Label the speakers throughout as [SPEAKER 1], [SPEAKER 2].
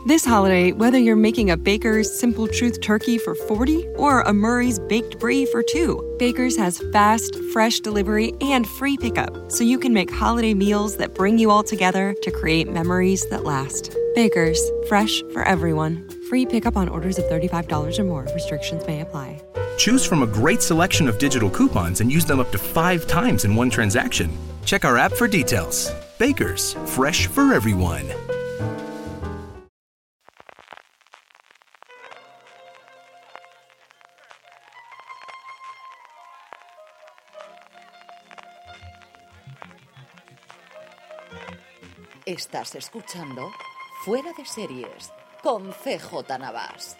[SPEAKER 1] This holiday, whether you're making a Baker's Simple Truth turkey for 40 or a Murray's Baked Brie for 2, Baker's has fast, fresh delivery and free pickup, so you can make holiday meals that bring you all together to create memories that last. Baker's, fresh for everyone. Free pickup on orders of $35 or more. Restrictions may apply.
[SPEAKER 2] Choose from a great selection of digital coupons and use them up to 5 times in one transaction. Check our app for details. Baker's, fresh for everyone.
[SPEAKER 3] Estás escuchando Fuera de Series con CJ Navas.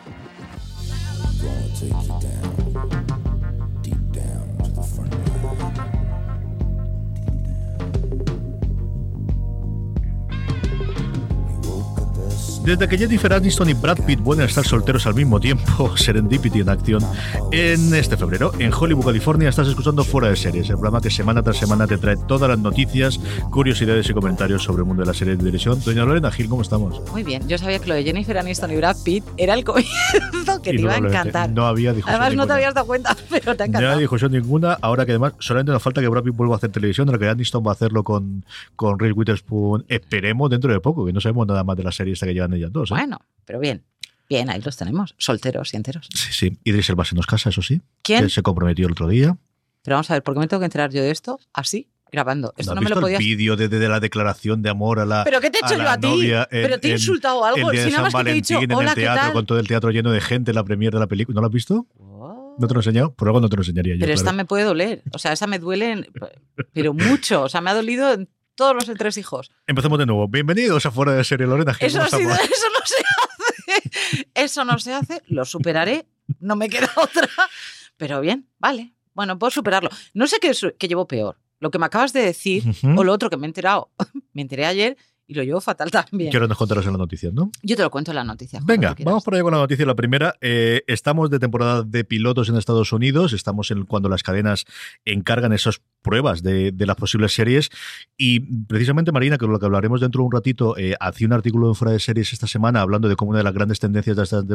[SPEAKER 4] Desde que Jennifer Aniston y Brad Pitt vuelven a estar solteros al mismo tiempo, Serendipity en acción, en este febrero, en Hollywood, California, estás escuchando Fuera de Series, el programa que semana tras semana te trae todas las noticias, curiosidades y comentarios sobre el mundo de la serie de televisión. Doña Lorena Gil, ¿cómo estamos?
[SPEAKER 5] Muy bien, yo sabía que lo de Jennifer Aniston y Brad Pitt era el comienzo que te iba a encantar.
[SPEAKER 4] No había discusión
[SPEAKER 5] además
[SPEAKER 4] ninguna.
[SPEAKER 5] No te habías dado cuenta, pero te ha encantado.
[SPEAKER 4] No había discusión ninguna, ahora que además solamente nos falta que Brad Pitt vuelva a hacer televisión, ahora que Aniston va a hacerlo con Reese Witherspoon, esperemos dentro de poco, que no sabemos nada más de la serie esta que llevan ellas dos.
[SPEAKER 5] Bueno, pero bien, ahí los tenemos, solteros y enteros.
[SPEAKER 4] Sí, Idris Elba se nos casa, eso sí.
[SPEAKER 5] ¿Quién?
[SPEAKER 4] Que se comprometió el otro día.
[SPEAKER 5] Pero vamos a ver, ¿por qué me tengo que enterar yo de esto? Así, grabando. Esto
[SPEAKER 4] ¿No
[SPEAKER 5] no me
[SPEAKER 4] has
[SPEAKER 5] lo
[SPEAKER 4] visto
[SPEAKER 5] podías...
[SPEAKER 4] el vídeo de la declaración de amor a la
[SPEAKER 5] ¿Pero qué te he hecho yo a ti?
[SPEAKER 4] novia
[SPEAKER 5] ¿Pero te he insultado algo?
[SPEAKER 4] El día de
[SPEAKER 5] Si nada
[SPEAKER 4] San
[SPEAKER 5] más que te he dicho,
[SPEAKER 4] Valentín en
[SPEAKER 5] hola,
[SPEAKER 4] el
[SPEAKER 5] ¿qué
[SPEAKER 4] teatro,
[SPEAKER 5] tal?
[SPEAKER 4] con todo el teatro lleno de gente, la premier de la película. ¿No lo has visto? ¿No te lo he enseñado? Por algo no te lo enseñaría yo.
[SPEAKER 5] Pero esta
[SPEAKER 4] claro.
[SPEAKER 5] me puede doler. O sea, esa me duele, pero mucho. O sea, me ha dolido en todos los entresijos.
[SPEAKER 4] Empecemos de nuevo. Bienvenidos a Fuera de Serie, Lorena Gil.
[SPEAKER 5] Eso no se hace. Eso no se hace. Lo superaré. No me queda otra. Pero bien, vale. Bueno, puedo superarlo. No sé qué llevo peor. Lo que me acabas de decir o lo otro que me he enterado. Me enteré ayer y lo llevo fatal también.
[SPEAKER 4] Que ahora nos contarás en las noticias, ¿no?
[SPEAKER 5] Yo te lo cuento en las noticias.
[SPEAKER 4] Venga, vamos por allá con la noticia. La primera, estamos de temporada de pilotos en Estados Unidos, estamos cuando las cadenas encargan esas pruebas de las posibles series y precisamente Marina, que es lo que hablaremos dentro de un ratito, hacía un artículo en Fuera de Series esta semana hablando de cómo una de las grandes tendencias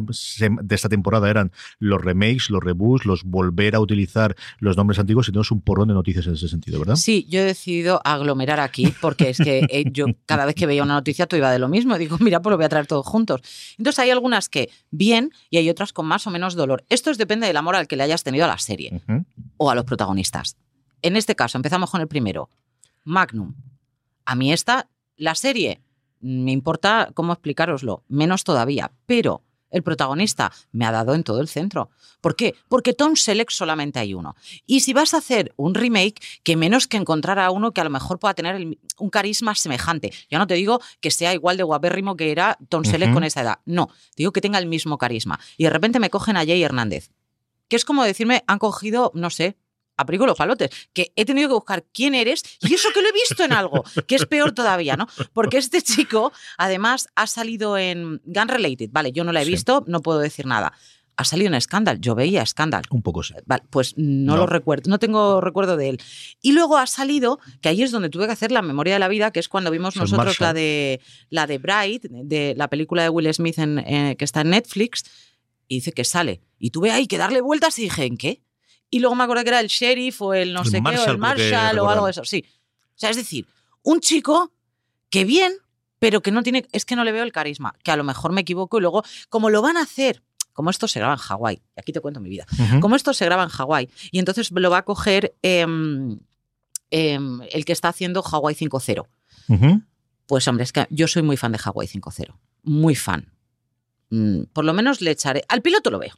[SPEAKER 4] de esta temporada eran los remakes, los reboots, los volver a utilizar los nombres antiguos y tenemos un porrón de noticias en ese sentido, ¿verdad?
[SPEAKER 5] Sí, yo he decidido aglomerar aquí porque es que yo cada vez que veía una noticia todo iba de lo mismo y digo, mira, pues lo voy a traer todos juntos. Entonces hay algunas que bien y hay otras con más o menos dolor. Esto depende del amor al que le hayas tenido a la serie o a los protagonistas. En este caso, empezamos con el primero, Magnum. A mí la serie, me importa cómo explicároslo, menos todavía, pero el protagonista me ha dado en todo el centro. ¿Por qué? Porque Tom Selleck solamente hay uno. Y si vas a hacer un remake, que menos que encontrar a uno que a lo mejor pueda tener un carisma semejante. Yo no te digo que sea igual de guapérrimo que era Tom Selleck con esa edad. No, digo que tenga el mismo carisma. Y de repente me cogen a Jay Hernández. Que es como decirme, han cogido, no sé, abrigo los palotes, que he tenido que buscar quién eres y eso que lo he visto en algo, que es peor todavía, ¿no? Porque este chico, además, ha salido en Gun Related, vale, yo no la he visto, no puedo decir nada. Ha salido en Scandal, yo veía Scandal.
[SPEAKER 4] Un poco sí.
[SPEAKER 5] Vale, pues no lo recuerdo, no tengo recuerdo de él. Y luego ha salido, que ahí es donde tuve que hacer la memoria de la vida, que es cuando vimos nosotros la de Bright, de la película de Will Smith que está en Netflix, y dice que sale. Y tuve ahí que darle vueltas y dije, ¿en qué? Y luego me acordé que era el sheriff o el no sé qué, o el Marshall o algo de eso. Sí. O sea, es decir, un chico que bien, pero que no tiene, es que no le veo el carisma, que a lo mejor me equivoco y luego, como lo van a hacer, como esto se graba en Hawái, y aquí te cuento mi vida, como esto se graba en Hawái, y entonces lo va a coger el que está haciendo Hawái 5.0. Pues hombre, es que yo soy muy fan de Hawái 5.0, muy fan. Por lo menos le echaré, al piloto lo veo,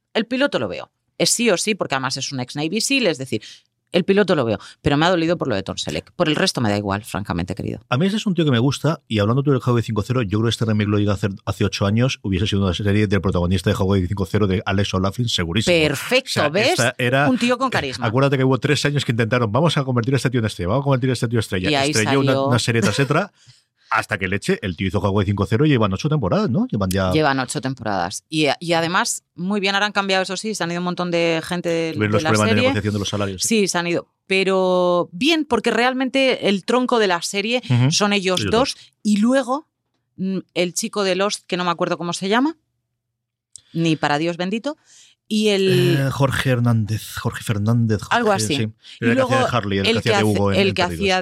[SPEAKER 5] es sí o sí, porque además es un ex Navy SEAL, es decir, el piloto lo veo, pero me ha dolido por lo de Tom Selleck. Por el resto me da igual, francamente, querido.
[SPEAKER 4] A mí ese es un tío que me gusta, y hablando tú del Hawái 5.0, yo creo que este remake lo llega a hacer hace 8 años, hubiese sido una serie del protagonista de Hawái 5.0 de Alex O'Loughlin, segurísimo.
[SPEAKER 5] Perfecto, o sea, ¿ves? Era, un tío con carisma.
[SPEAKER 4] Acuérdate que hubo 3 años que intentaron, vamos a convertir a este tío en estrella, vamos a convertir a este tío en estrella.
[SPEAKER 5] Y ahí
[SPEAKER 4] estrelló una serie tras otra. Hasta que leche, el tío hizo Hawái 5.0 y llevan 8 temporadas, ¿no?
[SPEAKER 5] Llevan 8 temporadas. Y además, muy bien, ahora han cambiado, eso sí, se han ido un montón de gente de
[SPEAKER 4] los
[SPEAKER 5] la
[SPEAKER 4] problemas
[SPEAKER 5] serie.
[SPEAKER 4] de negociación de los salarios.
[SPEAKER 5] Sí, se han ido. Pero bien, porque realmente el tronco de la serie son ellos dos. Y luego el chico de Lost, que no me acuerdo cómo se llama, ni para Dios bendito, y el...
[SPEAKER 4] Jorge Fernández.
[SPEAKER 5] Algo así.
[SPEAKER 4] Sí. El que hacía de Harley, el que hacía de Hugo.
[SPEAKER 5] El que hacía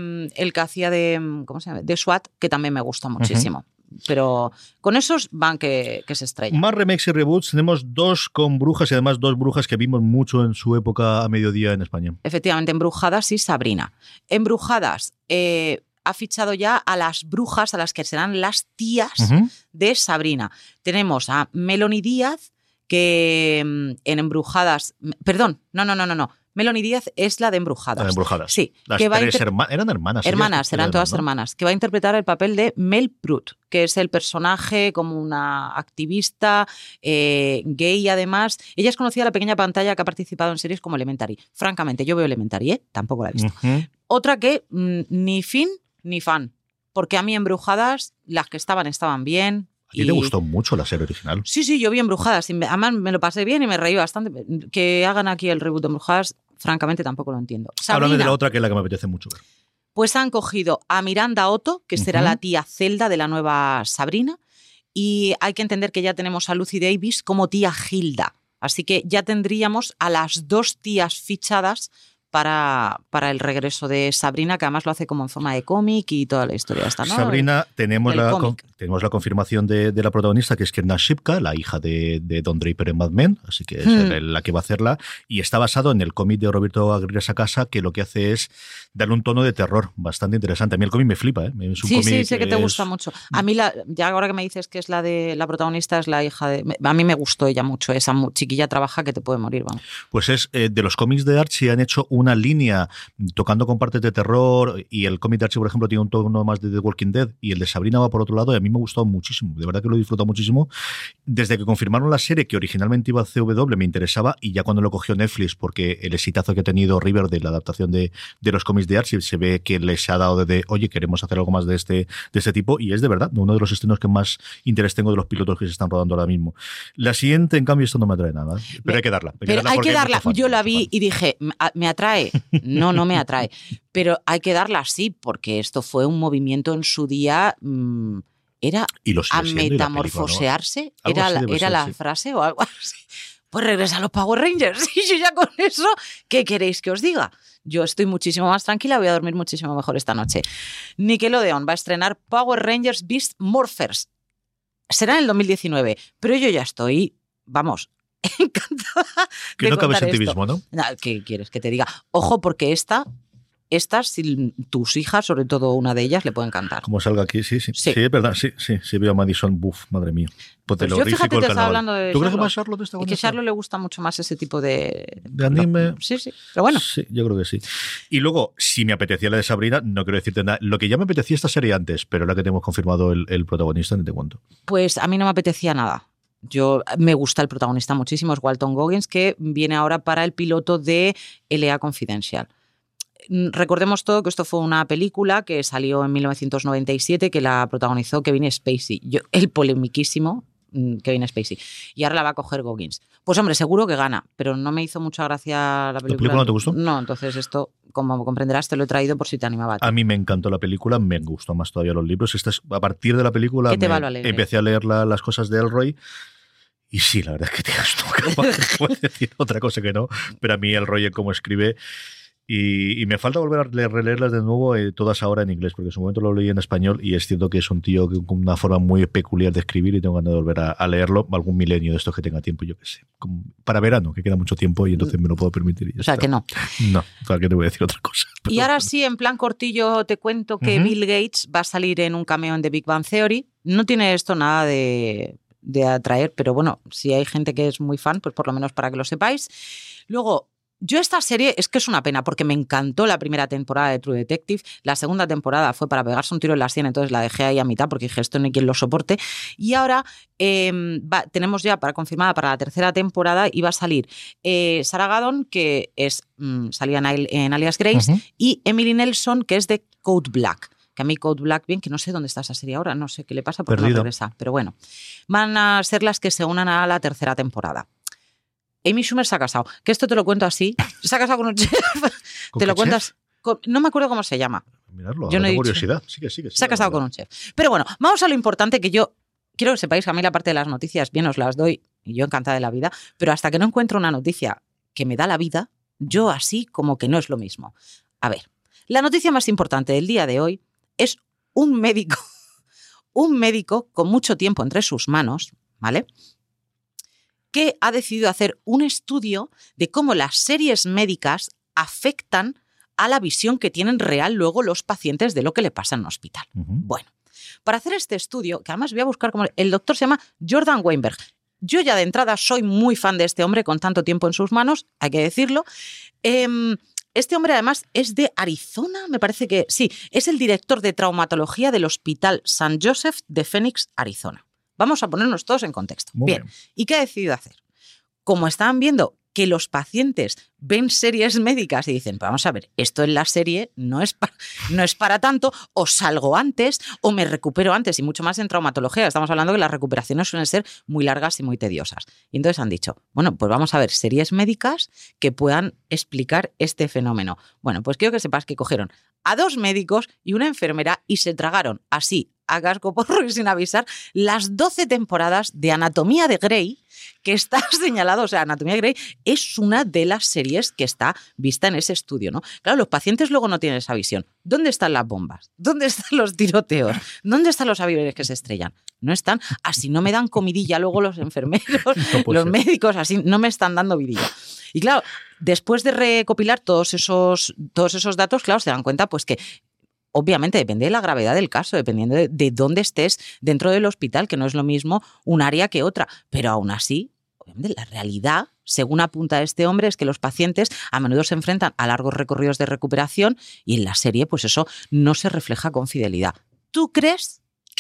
[SPEAKER 5] de... ¿Cómo se llama? De SWAT, que también me gusta muchísimo. Pero con esos van que se estrellan.
[SPEAKER 4] Más remakes y reboots. Tenemos 2 con brujas y además 2 brujas que vimos mucho en su época a mediodía en España.
[SPEAKER 5] Efectivamente, Embrujadas y Sabrina. Embrujadas ha fichado ya a las brujas, a las que serán las tías de Sabrina. Tenemos a Melanie Díaz, que en Embrujadas... Perdón, no. Melanie Díaz es la de Embrujadas.
[SPEAKER 4] La de Embrujadas.
[SPEAKER 5] Sí.
[SPEAKER 4] Las
[SPEAKER 5] que
[SPEAKER 4] tres eran hermanas.
[SPEAKER 5] Eran todas hermanas. Que va a interpretar el papel de Mel Brooke, que es el personaje como una activista gay además. Ella es conocida en la pequeña pantalla, que ha participado en series como Elementary. Francamente, yo veo Elementary, tampoco la he visto. Otra que ni fin ni fan. Porque a mí Embrujadas, las que estaban bien.
[SPEAKER 4] ¿A ti te gustó mucho la serie original?
[SPEAKER 5] Sí, yo vi Embrujadas. Además, me lo pasé bien y me reí bastante. Que hagan aquí el reboot de Embrujadas, francamente, tampoco lo entiendo. Sabrina,
[SPEAKER 4] háblame de la otra, que es la que me apetece mucho ver.
[SPEAKER 5] Pues han cogido a Miranda Otto, que será la tía Zelda de la nueva Sabrina, y hay que entender que ya tenemos a Lucy Davis como tía Hilda. Así que ya tendríamos a las 2 tías fichadas para el regreso de Sabrina, que además lo hace como en forma de cómic y toda la historia esta, ¿no?
[SPEAKER 4] Sabrina, tenemos la confirmación de la protagonista, que es Kiernan Shipka, la hija de Don Draper en Mad Men, así que es la que va a hacerla, y está basado en el cómic de Roberto Aguirre Sacasa, que lo que hace es darle un tono de terror bastante interesante. A mí el cómic me flipa, Es un
[SPEAKER 5] sí,
[SPEAKER 4] cómic
[SPEAKER 5] sé que te gusta mucho. A mí, ya ahora que me dices que es la de la protagonista, es la hija de... A mí me gustó ella mucho, esa chiquilla trabaja que te puede morir, vamos.
[SPEAKER 4] Pues es de los cómics de Archie, han hecho una línea tocando con partes de terror, y el cómic de Archie, por ejemplo, tiene un tono más de The Walking Dead, y el de Sabrina va por otro lado, y a mí me ha gustado muchísimo, de verdad que lo he disfrutado muchísimo. Desde que confirmaron la serie, que originalmente iba a CW, me interesaba, y ya cuando lo cogió Netflix, porque el exitazo que ha tenido Riverdale, la adaptación de los cómics de Archie, se ve que les ha dado oye, queremos hacer algo más de este tipo, y es de verdad uno de los estrenos que más interés tengo de los pilotos que se están rodando ahora mismo. La siguiente, en cambio, esto no me atrae nada, pero hay que darla.
[SPEAKER 5] Hay que darla. Yo la vi y dije, ¿me atrae? No me atrae. Pero hay que darla así, porque esto fue un movimiento en su día. Era a metamorfosearse.
[SPEAKER 4] Película, ¿no?
[SPEAKER 5] Era la frase o algo así. Pues regresa a los Power Rangers. Y yo ya con eso, ¿qué queréis que os diga? Yo estoy muchísimo más tranquila, voy a dormir muchísimo mejor esta noche. Nickelodeon va a estrenar Power Rangers Beast Morphers. Será en el 2019, pero yo ya estoy, vamos, encantada.
[SPEAKER 4] Que no cabes en ti mismo, ¿no?
[SPEAKER 5] ¿Qué quieres que te diga? Ojo, porque estas, si tus hijas, sobre todo una de ellas, le puede encantar.
[SPEAKER 4] Como salga aquí, sí, es verdad, sí, veo a Madison, madre mía.
[SPEAKER 5] Pues yo fíjate, te estaba hablando de
[SPEAKER 4] ¿Tú crees
[SPEAKER 5] Charlotte?
[SPEAKER 4] Que más Charlotte está con
[SPEAKER 5] y que Charlotte le gusta mucho más ese tipo de
[SPEAKER 4] anime.
[SPEAKER 5] Sí, pero bueno.
[SPEAKER 4] Sí, yo creo que sí. Y luego, si me apetecía la de Sabrina, no quiero decirte nada. Lo que ya me apetecía esta serie antes, pero la que tenemos confirmado el protagonista, ni te cuento.
[SPEAKER 5] Pues a mí no me apetecía nada. Me gusta el protagonista muchísimo, es Walton Goggins, que viene ahora para el piloto de L.A. Confidencial. Recordemos todo que esto fue una película que salió en 1997, que la protagonizó Kevin Spacey. El polemiquísimo Kevin Spacey. Y ahora la va a coger Goggins. Pues hombre, seguro que gana, pero no me hizo mucha gracia la película.
[SPEAKER 4] ¿La película no te gustó?
[SPEAKER 5] No, entonces esto, como comprenderás, te lo he traído por si te animaba.
[SPEAKER 4] A mí me encantó la película, me gustó más todavía los libros. A partir de la película empecé a leer las cosas de Elroy. Y sí, la verdad es que tienes tú capaz de poder decir otra cosa que no, pero a mí Elroy, cómo escribe... Y me falta volver a releerlas de nuevo, todas ahora en inglés, porque en su momento lo leí en español y es cierto que es un tío con una forma muy peculiar de escribir y tengo ganas de volver a leerlo algún milenio de estos que tenga tiempo, yo qué sé. Para verano, que queda mucho tiempo y entonces me lo puedo permitir.
[SPEAKER 5] O sea, que no.
[SPEAKER 4] No, o sea, que te voy a decir otra cosa.
[SPEAKER 5] Y ahora sí, en plan cortillo, te cuento que Bill Gates va a salir en un cameo en The Big Bang Theory. No tiene esto nada de atraer, pero bueno, si hay gente que es muy fan, pues por lo menos para que lo sepáis. Luego, yo esta serie es que es una pena porque me encantó la primera temporada de True Detective, la segunda temporada fue para pegarse un tiro en la sien, entonces la dejé ahí a mitad porque dije esto no hay quien lo soporte, y ahora tenemos ya confirmada para la tercera temporada y va a salir Sarah Gadon, que salía en Alias Grace, y Emily Nelson, que es de Code Black. Que a mí Code Black, bien, que no sé dónde está esa serie ahora, no sé qué le pasa porque no regresa, pero bueno, van a ser las que se unan a la tercera temporada. Amy Schumer se ha casado, que esto te lo cuento así, se ha casado con un chef, te lo cuentas, no me acuerdo cómo se llama,
[SPEAKER 4] Mirarlo,
[SPEAKER 5] Yo no he
[SPEAKER 4] tengo
[SPEAKER 5] dicho.
[SPEAKER 4] curiosidad. Sí que sí.
[SPEAKER 5] Se ha casado con un chef. Pero bueno, vamos a lo importante, que yo quiero que sepáis que a mí la parte de las noticias bien os las doy y yo encantada de la vida, pero hasta que no encuentro una noticia que me da la vida, yo así como que no es lo mismo. A ver, la noticia más importante del día de hoy es un médico con mucho tiempo entre sus manos, ¿vale?, que ha decidido hacer un estudio de cómo las series médicas afectan a la visión que tienen real luego los pacientes de lo que le pasa en un hospital. Bueno, para hacer este estudio, que además voy a buscar cómo... El doctor se llama Jordan Weinberg. Yo ya de entrada soy muy fan de este hombre con tanto tiempo en sus manos, hay que decirlo. Este hombre además es de Arizona, me parece que... Sí, es el director de traumatología del Hospital St. Joseph de Phoenix, Arizona. Vamos a ponernos todos en contexto. Bien. ¿Y qué ha decidido hacer? Como estaban viendo que los pacientes ven series médicas y dicen, vamos a ver, esto en la serie no es para tanto, o salgo antes, o me recupero antes, y mucho más en traumatología. Estamos hablando que las recuperaciones suelen ser muy largas y muy tediosas. Y entonces han dicho, bueno, pues vamos a ver series médicas que puedan explicar este fenómeno. Bueno, pues quiero que sepas que cogieron a 2 médicos y una enfermera y se tragaron así, a cascoporro y sin avisar, las 12 temporadas de Anatomía de Grey, que está señalado. O sea, Anatomía de Grey es una de las series que está vista en ese estudio, ¿no? Claro, los pacientes luego no tienen esa visión. ¿Dónde están las bombas? ¿Dónde están los tiroteos? ¿Dónde están los aviones que se estrellan? No están. Así no me dan comidilla luego los enfermeros, los médicos, así no me están dando vidilla. Y claro, después de recopilar todos esos datos, claro, se dan cuenta pues que obviamente depende de la gravedad del caso, dependiendo de dónde estés dentro del hospital, que no es lo mismo un área que otra. Pero aún así, obviamente, la realidad, según apunta este hombre, es que los pacientes a menudo se enfrentan a largos recorridos de recuperación y en la serie, pues eso no se refleja con fidelidad. ¿Tú crees?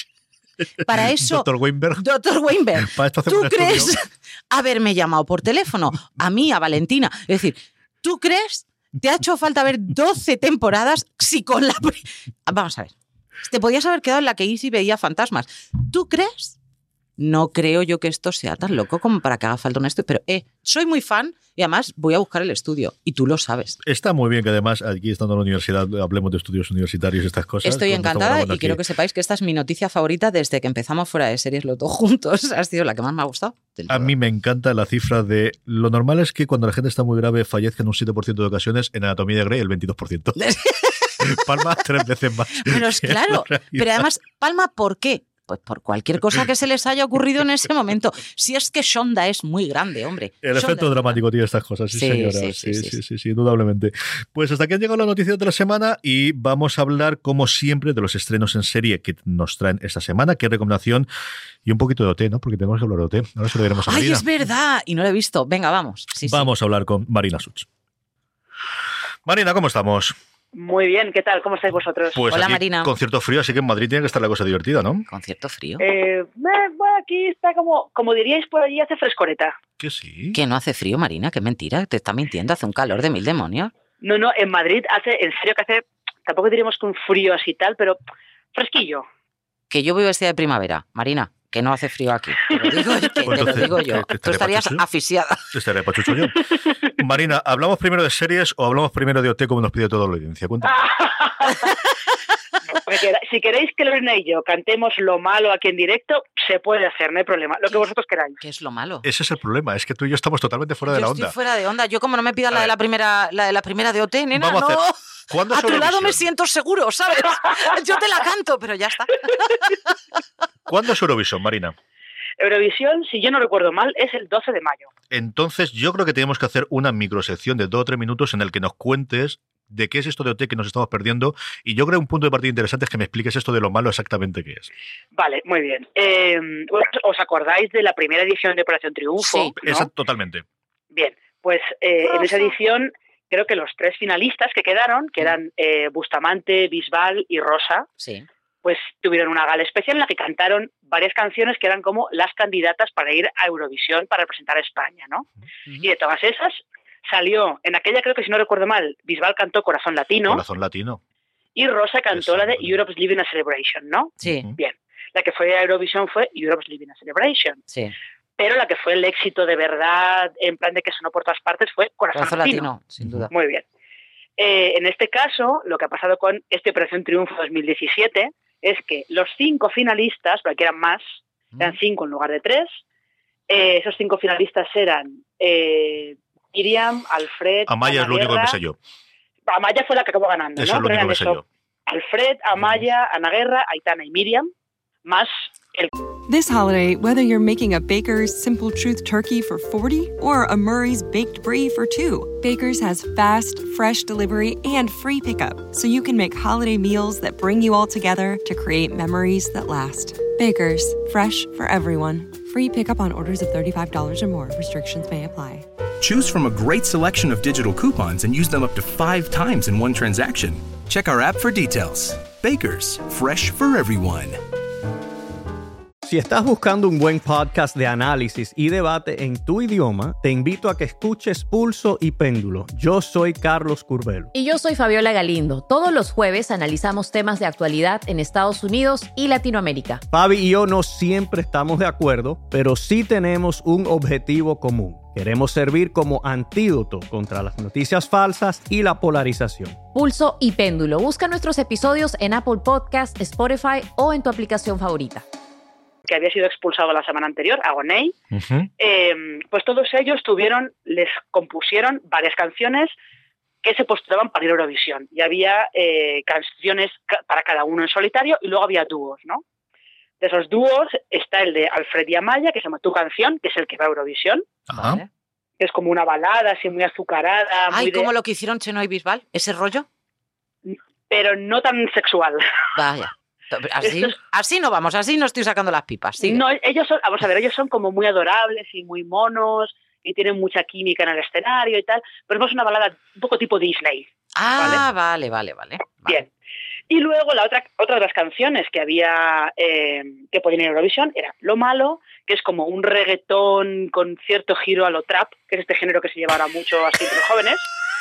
[SPEAKER 5] Para eso,
[SPEAKER 4] Dr. Weinberg,
[SPEAKER 5] para esto ¿tú crees haberme llamado por teléfono? A mí, a Valentina. Es decir, ¿tú crees? ¿Te ha hecho falta ver 12 temporadas si con la... Vamos a ver. Te podías haber quedado en la que Easy veía fantasmas. ¿Tú crees? No creo yo que esto sea tan loco como para que haga falta un estudio. Pero soy muy fan y además voy a buscar el estudio. Y tú lo sabes.
[SPEAKER 4] Está muy bien que además aquí estando en la universidad hablemos de estudios universitarios y estas cosas.
[SPEAKER 5] Estoy encantada y quiero que sepáis que esta es mi noticia favorita desde que empezamos Fuera de Series los dos juntos. Ha sido la que más me ha gustado.
[SPEAKER 4] A mí me encanta la cifra de... Lo normal es que cuando la gente está muy grave fallezca en un 7% de ocasiones, en Anatomía de Grey el 22%. Palma 3 veces más.
[SPEAKER 5] Pero es claro. Pero además, Palma, ¿por qué? Pues por cualquier cosa que se les haya ocurrido en ese momento. Si es que Shonda es muy grande, hombre.
[SPEAKER 4] El efecto dramático tiene estas cosas, sí, señora. Sí, indudablemente. Pues hasta aquí han llegado las noticias de la semana y vamos a hablar, como siempre, de los estrenos en serie que nos traen esta semana. Qué recomendación y un poquito de OT, ¿no? Porque tenemos que hablar de OT. Ahora se lo diremos a Marina.
[SPEAKER 5] ¡Ay, es verdad! Y no lo he visto. Venga, vamos.
[SPEAKER 4] Vamos a hablar con Marina Such. Marina, ¿cómo estamos?
[SPEAKER 6] Muy bien, ¿qué tal? ¿Cómo estáis vosotros?
[SPEAKER 4] Pues
[SPEAKER 5] hola,
[SPEAKER 4] aquí,
[SPEAKER 5] Marina.
[SPEAKER 4] Con cierto frío, así que en Madrid tiene que estar la cosa divertida, ¿no?
[SPEAKER 5] ¿Con cierto frío?
[SPEAKER 6] Bueno, aquí está como diríais por allí, hace frescoreta.
[SPEAKER 4] Que sí.
[SPEAKER 5] Que no hace frío, Marina, qué mentira, te está mintiendo, hace un calor de 1000 demonios.
[SPEAKER 6] No, en Madrid en serio que hace, tampoco diríamos que un frío así tal, pero fresquillo.
[SPEAKER 5] Que yo voy vestida de primavera, Marina, que no hace frío aquí. Te lo digo yo. Tú estarías asfixiada.
[SPEAKER 4] Estaría pachucho yo. Marina, ¿hablamos primero de series o hablamos primero de OT como nos pide toda la audiencia? Cuéntame.
[SPEAKER 6] Si queréis que Lorena y yo cantemos lo malo aquí en directo, se puede hacer, no hay problema. Lo que vosotros queráis.
[SPEAKER 5] ¿Qué es lo malo?
[SPEAKER 4] Ese es el problema, es que tú y yo estamos totalmente fuera de la onda.
[SPEAKER 5] Yo estoy fuera de onda. Yo como no me pidan la de la primera de OT, nena,
[SPEAKER 4] vamos
[SPEAKER 5] no.
[SPEAKER 4] ¿Cuándo
[SPEAKER 5] a tu lado me siento seguro, ¿sabes? Yo te la canto, pero ya está.
[SPEAKER 4] ¿Cuándo es Eurovisión, Marina?
[SPEAKER 6] Eurovisión, si yo no recuerdo mal, es el 12 de mayo.
[SPEAKER 4] Entonces, yo creo que tenemos que hacer una microsección de 2 o 3 minutos en el que nos cuentes de qué es esto de OT que nos estamos perdiendo. Y yo creo que un punto de partida interesante es que me expliques esto de lo malo exactamente qué es.
[SPEAKER 6] Vale, muy bien. ¿Os acordáis de la primera edición de Operación Triunfo?
[SPEAKER 5] Sí,
[SPEAKER 6] ¿no?
[SPEAKER 4] Totalmente.
[SPEAKER 6] Bien, pues en esa edición creo que los 3 finalistas que quedaron, que eran Bustamante, Bisbal y Rosa,
[SPEAKER 5] sí,
[SPEAKER 6] pues tuvieron una gala especial en la que cantaron varias canciones que eran como las candidatas para ir a Eurovisión para representar a España, ¿no? Y de todas esas salió, en aquella creo que si no recuerdo mal, Bisbal cantó Corazón Latino.
[SPEAKER 4] Corazón Latino.
[SPEAKER 6] Y Rosa cantó la de Europe's Living a Celebration, ¿no?
[SPEAKER 5] Sí.
[SPEAKER 6] Bien. La que fue a Eurovisión fue Europe's Living a Celebration.
[SPEAKER 5] Sí.
[SPEAKER 6] Pero la que fue el éxito de verdad, en plan de que sonó por todas partes, fue Corazón Latino.
[SPEAKER 5] Sin duda.
[SPEAKER 6] Muy bien. En este caso, lo que ha pasado con este Operación Triunfo 2017 es que los 5 finalistas, porque eran más, eran 5 en lugar de 3, esos 5 finalistas eran Miriam, Alfred,
[SPEAKER 4] Amaya es lo único que me sé yo.
[SPEAKER 6] Amaya fue la que acabó ganando,
[SPEAKER 4] Eso
[SPEAKER 6] ¿no?
[SPEAKER 4] es lo único que sé yo.
[SPEAKER 6] Alfred, Amaya, Ana Guerra, Aitana y Miriam, más el...
[SPEAKER 1] This holiday, whether you're making a Baker's Simple Truth turkey for 40 or a Murray's Baked Brie for 2, Baker's has fast, fresh delivery and free pickup, so you can make holiday meals that bring you all together to create memories that last. Baker's, fresh for everyone. Free pickup on orders of $35 or more. Restrictions may apply.
[SPEAKER 2] Choose from a great selection of digital coupons and use them up to 5 times in one transaction. Check our app for details. Baker's, fresh for everyone.
[SPEAKER 7] Si estás buscando un buen podcast de análisis y debate en tu idioma, te invito a que escuches Pulso y Péndulo. Yo soy Carlos Curbelo.
[SPEAKER 8] Y yo soy Fabiola Galindo. Todos los jueves analizamos temas de actualidad en Estados Unidos y Latinoamérica.
[SPEAKER 7] Fabi y yo no siempre estamos de acuerdo, pero sí tenemos un objetivo común. Queremos servir como antídoto contra las noticias falsas y la polarización.
[SPEAKER 8] Pulso y Péndulo. Busca nuestros episodios en Apple Podcasts, Spotify o en tu aplicación favorita.
[SPEAKER 6] Que había sido expulsado la semana anterior, Agoney, pues todos ellos les compusieron varias canciones que se postulaban para ir a Eurovisión. Y había canciones para cada uno en solitario y luego había dúos, ¿no? De esos dúos está el de Alfred y Amaya, que se llama Tu Canción, que es el que va a Eurovisión.
[SPEAKER 5] Vale.
[SPEAKER 6] Que es como una balada así muy azucarada.
[SPEAKER 5] Ay, como lo que hicieron Chenoa y Bisbal, ese rollo.
[SPEAKER 6] Pero no tan sexual.
[SPEAKER 5] Vaya. Así no vamos, así no estoy sacando las pipas. Sigue.
[SPEAKER 6] No, ellos son como muy adorables y muy monos y tienen mucha química en el escenario y tal, pero es una balada un poco tipo Disney.
[SPEAKER 5] Vale.
[SPEAKER 6] Bien. Y luego otra de las canciones que había que podían ir a Eurovisión era Lo Malo, que es como un reggaetón con cierto giro a lo trap, que es este género que se lleva ahora mucho así entre los jóvenes.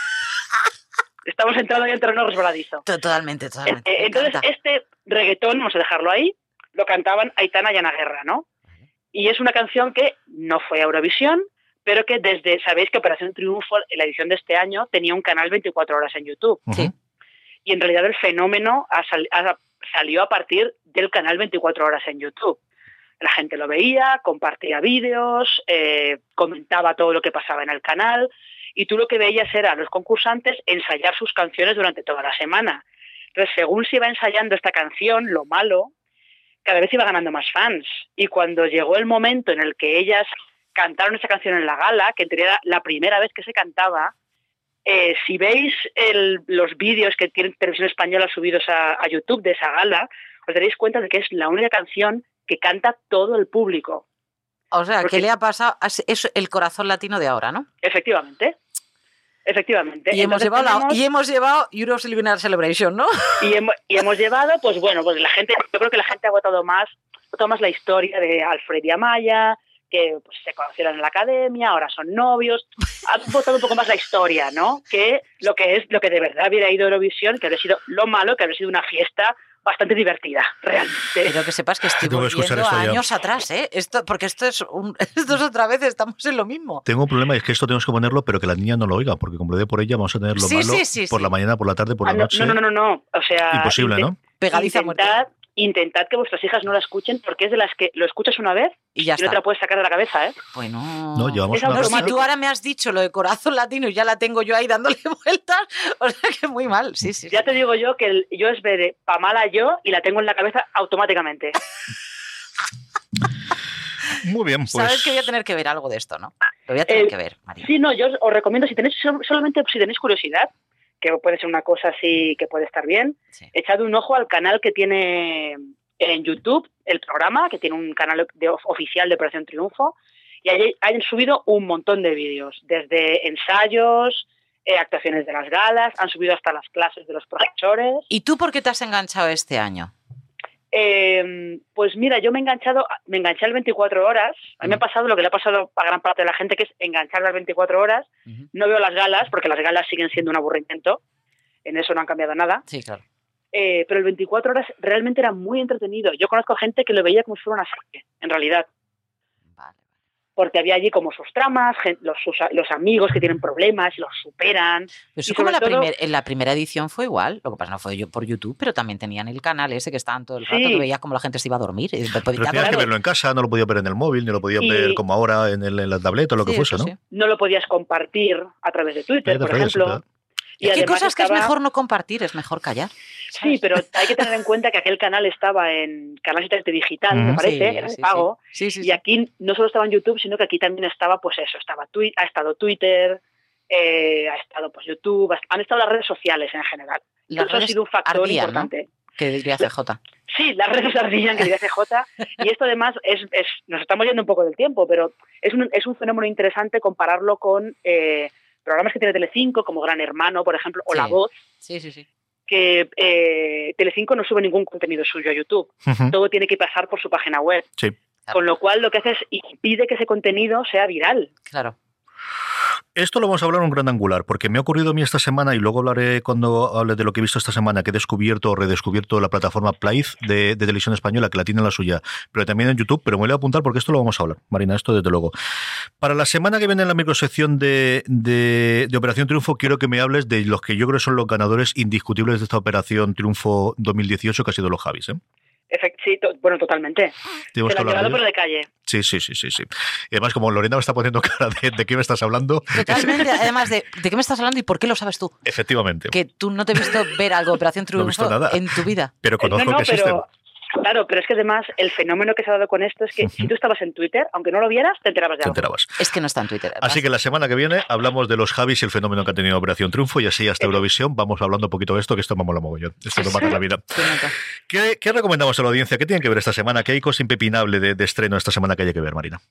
[SPEAKER 6] Estamos entrando ya en terreno resbaladizo.
[SPEAKER 5] Totalmente.
[SPEAKER 6] Entonces, este reggaetón, vamos a dejarlo ahí, lo cantaban Aitana y Ana Guerra, ¿no? Y es una canción que no fue a Eurovisión, pero que sabéis que Operación Triunfo, en la edición de este año, tenía un canal 24 horas en YouTube.
[SPEAKER 5] Sí.
[SPEAKER 6] Y en realidad el fenómeno salió a partir del canal 24 horas en YouTube. La gente lo veía, compartía vídeos, comentaba todo lo que pasaba en el canal, y tú lo que veías era a los concursantes ensayar sus canciones durante toda la semana. Entonces, según se iba ensayando esta canción, Lo Malo, cada vez iba ganando más fans. Y cuando llegó el momento en el que ellas cantaron esa canción en la gala, que en teoría era la primera vez que se cantaba, si veis los vídeos que tiene Televisión Española subidos a YouTube de esa gala, os daréis cuenta de que es la única canción que canta todo el público.
[SPEAKER 5] O sea, ¿qué le ha pasado? Es el corazón latino de ahora, ¿no?
[SPEAKER 6] Efectivamente. Y
[SPEAKER 5] hemos llevado Euros Elimination Celebration, ¿no?
[SPEAKER 6] Y hemos llevado, pues bueno, pues yo creo que la gente ha votado más la historia de Alfred y Amaya, que pues, se conocieron en la academia, ahora son novios. Ha votado un poco más la historia, ¿no? Que lo que de verdad hubiera ido a Eurovisión, que habría sido Lo Malo, que habría sido una fiesta bastante divertida, realmente.
[SPEAKER 5] Pero que sepas que estoy volviendo años atrás, ¿eh? Porque esto es otra vez, estamos en lo mismo.
[SPEAKER 4] Tengo un problema, y es que esto tenemos que ponerlo, pero que la niña no lo oiga, porque como le dé por ella, vamos a tener Lo Malo por la mañana, por la tarde, por la noche.
[SPEAKER 6] No. O sea,
[SPEAKER 4] imposible, ¿no?
[SPEAKER 5] Pegadiza muerte.
[SPEAKER 6] Intentad que vuestras hijas no la escuchen, porque es de las que lo escuchas una vez
[SPEAKER 5] y no
[SPEAKER 6] te la puedes sacar de la cabeza, ¿eh?
[SPEAKER 5] Bueno,
[SPEAKER 4] no, llevamos
[SPEAKER 5] si tú ahora me has dicho lo de corazón latino y ya la tengo yo ahí dándole vueltas, o sea que muy mal, sí.
[SPEAKER 6] Ya te digo yo que yo es ver Pamala yo y la tengo en la cabeza automáticamente.
[SPEAKER 4] Muy bien, pues.
[SPEAKER 5] Sabes que voy a tener que ver algo de esto, ¿no? Lo voy a tener que ver, María.
[SPEAKER 6] Sí, no, yo os recomiendo, si tenéis curiosidad, que puede ser una cosa así que puede estar bien, echad un ojo al canal que tiene en YouTube el programa, que tiene un canal oficial de Operación Triunfo, y allí han subido un montón de vídeos, desde ensayos, actuaciones de las galas, han subido hasta las clases de los profesores.
[SPEAKER 5] ¿Y tú por qué te has enganchado este año?
[SPEAKER 6] Pues mira, yo me enganché al 24 horas. A mí me ha pasado lo que le ha pasado a gran parte de la gente, que es engancharme al 24 horas. No veo las galas, porque las galas siguen siendo un aburrimiento. En eso no han cambiado nada.
[SPEAKER 5] Sí, claro.
[SPEAKER 6] Pero el 24 horas realmente era muy entretenido. Yo conozco gente que lo veía como si fuera una serie, en realidad.
[SPEAKER 5] Vale.
[SPEAKER 6] porque había allí como sus tramas, los amigos que tienen problemas y los superan.
[SPEAKER 5] Pero eso como en la primera edición fue igual, lo que pasa no fue yo por YouTube, pero también tenían el canal ese que estaban todo el rato, que veías como la gente se iba a dormir.
[SPEAKER 4] Pero tenías que verlo en casa, no lo podías ver en el móvil, ni lo podías ver como ahora en la tableta o lo que fuese, ¿no?
[SPEAKER 6] Sí. No lo podías compartir a través de Twitter, por ejemplo.
[SPEAKER 5] Y hay cosas que es mejor no compartir, es mejor callar.
[SPEAKER 6] Sí, pero hay que tener en cuenta que aquel canal estaba en Canal 7 Digital, me parece, era de pago. Y aquí no solo estaba en YouTube, sino que aquí también estaba, pues eso, ha estado Twitter, ha estado pues YouTube, han estado las redes sociales en general. Eso ha sido un factor importante.
[SPEAKER 5] ¿No? Que diría CJ.
[SPEAKER 6] Sí, las redes ardillan, que diría CJ. Y esto además nos estamos yendo un poco del tiempo, pero es un fenómeno interesante compararlo con programas que tiene Telecinco, como Gran Hermano, por ejemplo, o La Voz.
[SPEAKER 5] Sí.
[SPEAKER 6] Que Telecinco no sube ningún contenido suyo a YouTube. Todo tiene que pasar por su página web.
[SPEAKER 4] Sí.
[SPEAKER 6] Con lo cual lo que hace es impide que ese contenido sea viral.
[SPEAKER 5] Claro.
[SPEAKER 4] Esto lo vamos a hablar en un gran angular, porque me ha ocurrido a mí esta semana, y luego hablaré cuando hable de lo que he visto esta semana, que he descubierto o redescubierto la plataforma Playz de Televisión Española, que la tiene en la suya, pero también en YouTube, pero me voy a apuntar porque esto lo vamos a hablar, Marina, esto desde luego. Para la semana que viene en la microsección de Operación Triunfo, quiero que me hables de los que yo creo son los ganadores indiscutibles de esta Operación Triunfo 2018, que ha sido los Javis, ¿eh?
[SPEAKER 6] Sí, bueno, totalmente. Se lo han llevado por de calle.
[SPEAKER 4] Sí. Y además, como Lorena me está poniendo cara de qué me estás hablando.
[SPEAKER 5] Totalmente, además de qué me estás hablando y por qué lo sabes tú.
[SPEAKER 4] Efectivamente.
[SPEAKER 5] Que tú no te he visto ver algo Operación Triunfo en tu vida.
[SPEAKER 4] Pero conozco que existen.
[SPEAKER 6] Claro, pero es que además el fenómeno que se ha dado con esto es que si tú estabas en Twitter, aunque no lo vieras, te enterabas de algo.
[SPEAKER 5] Es que no está en Twitter. Además.
[SPEAKER 4] Así que la semana que viene hablamos de los Javis y el fenómeno que ha tenido Operación Triunfo, y así hasta Eurovisión vamos hablando un poquito de esto, que esto me mola mogollón. Esto nos mata la vida. ¿Qué recomendamos a la audiencia? ¿Qué tienen que ver esta semana? ¿Qué hay cosa impepinable de estreno esta semana que haya que ver, Marina?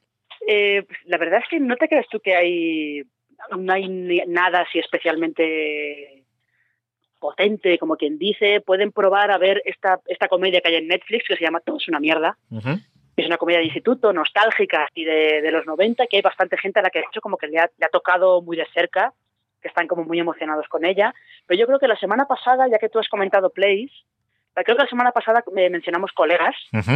[SPEAKER 6] La verdad es que no te creas tú que no hay nada así especialmente potente, como quien dice. Pueden probar a ver esta comedia que hay en Netflix que se llama Todo es una mierda. Es una comedia de instituto, nostálgica y de los 90, que hay bastante gente a la que de hecho como que le ha tocado muy de cerca, que están como muy emocionados con ella. Pero yo creo que la semana pasada, ya que tú has comentado Playz, creo que la semana pasada mencionamos Colegas,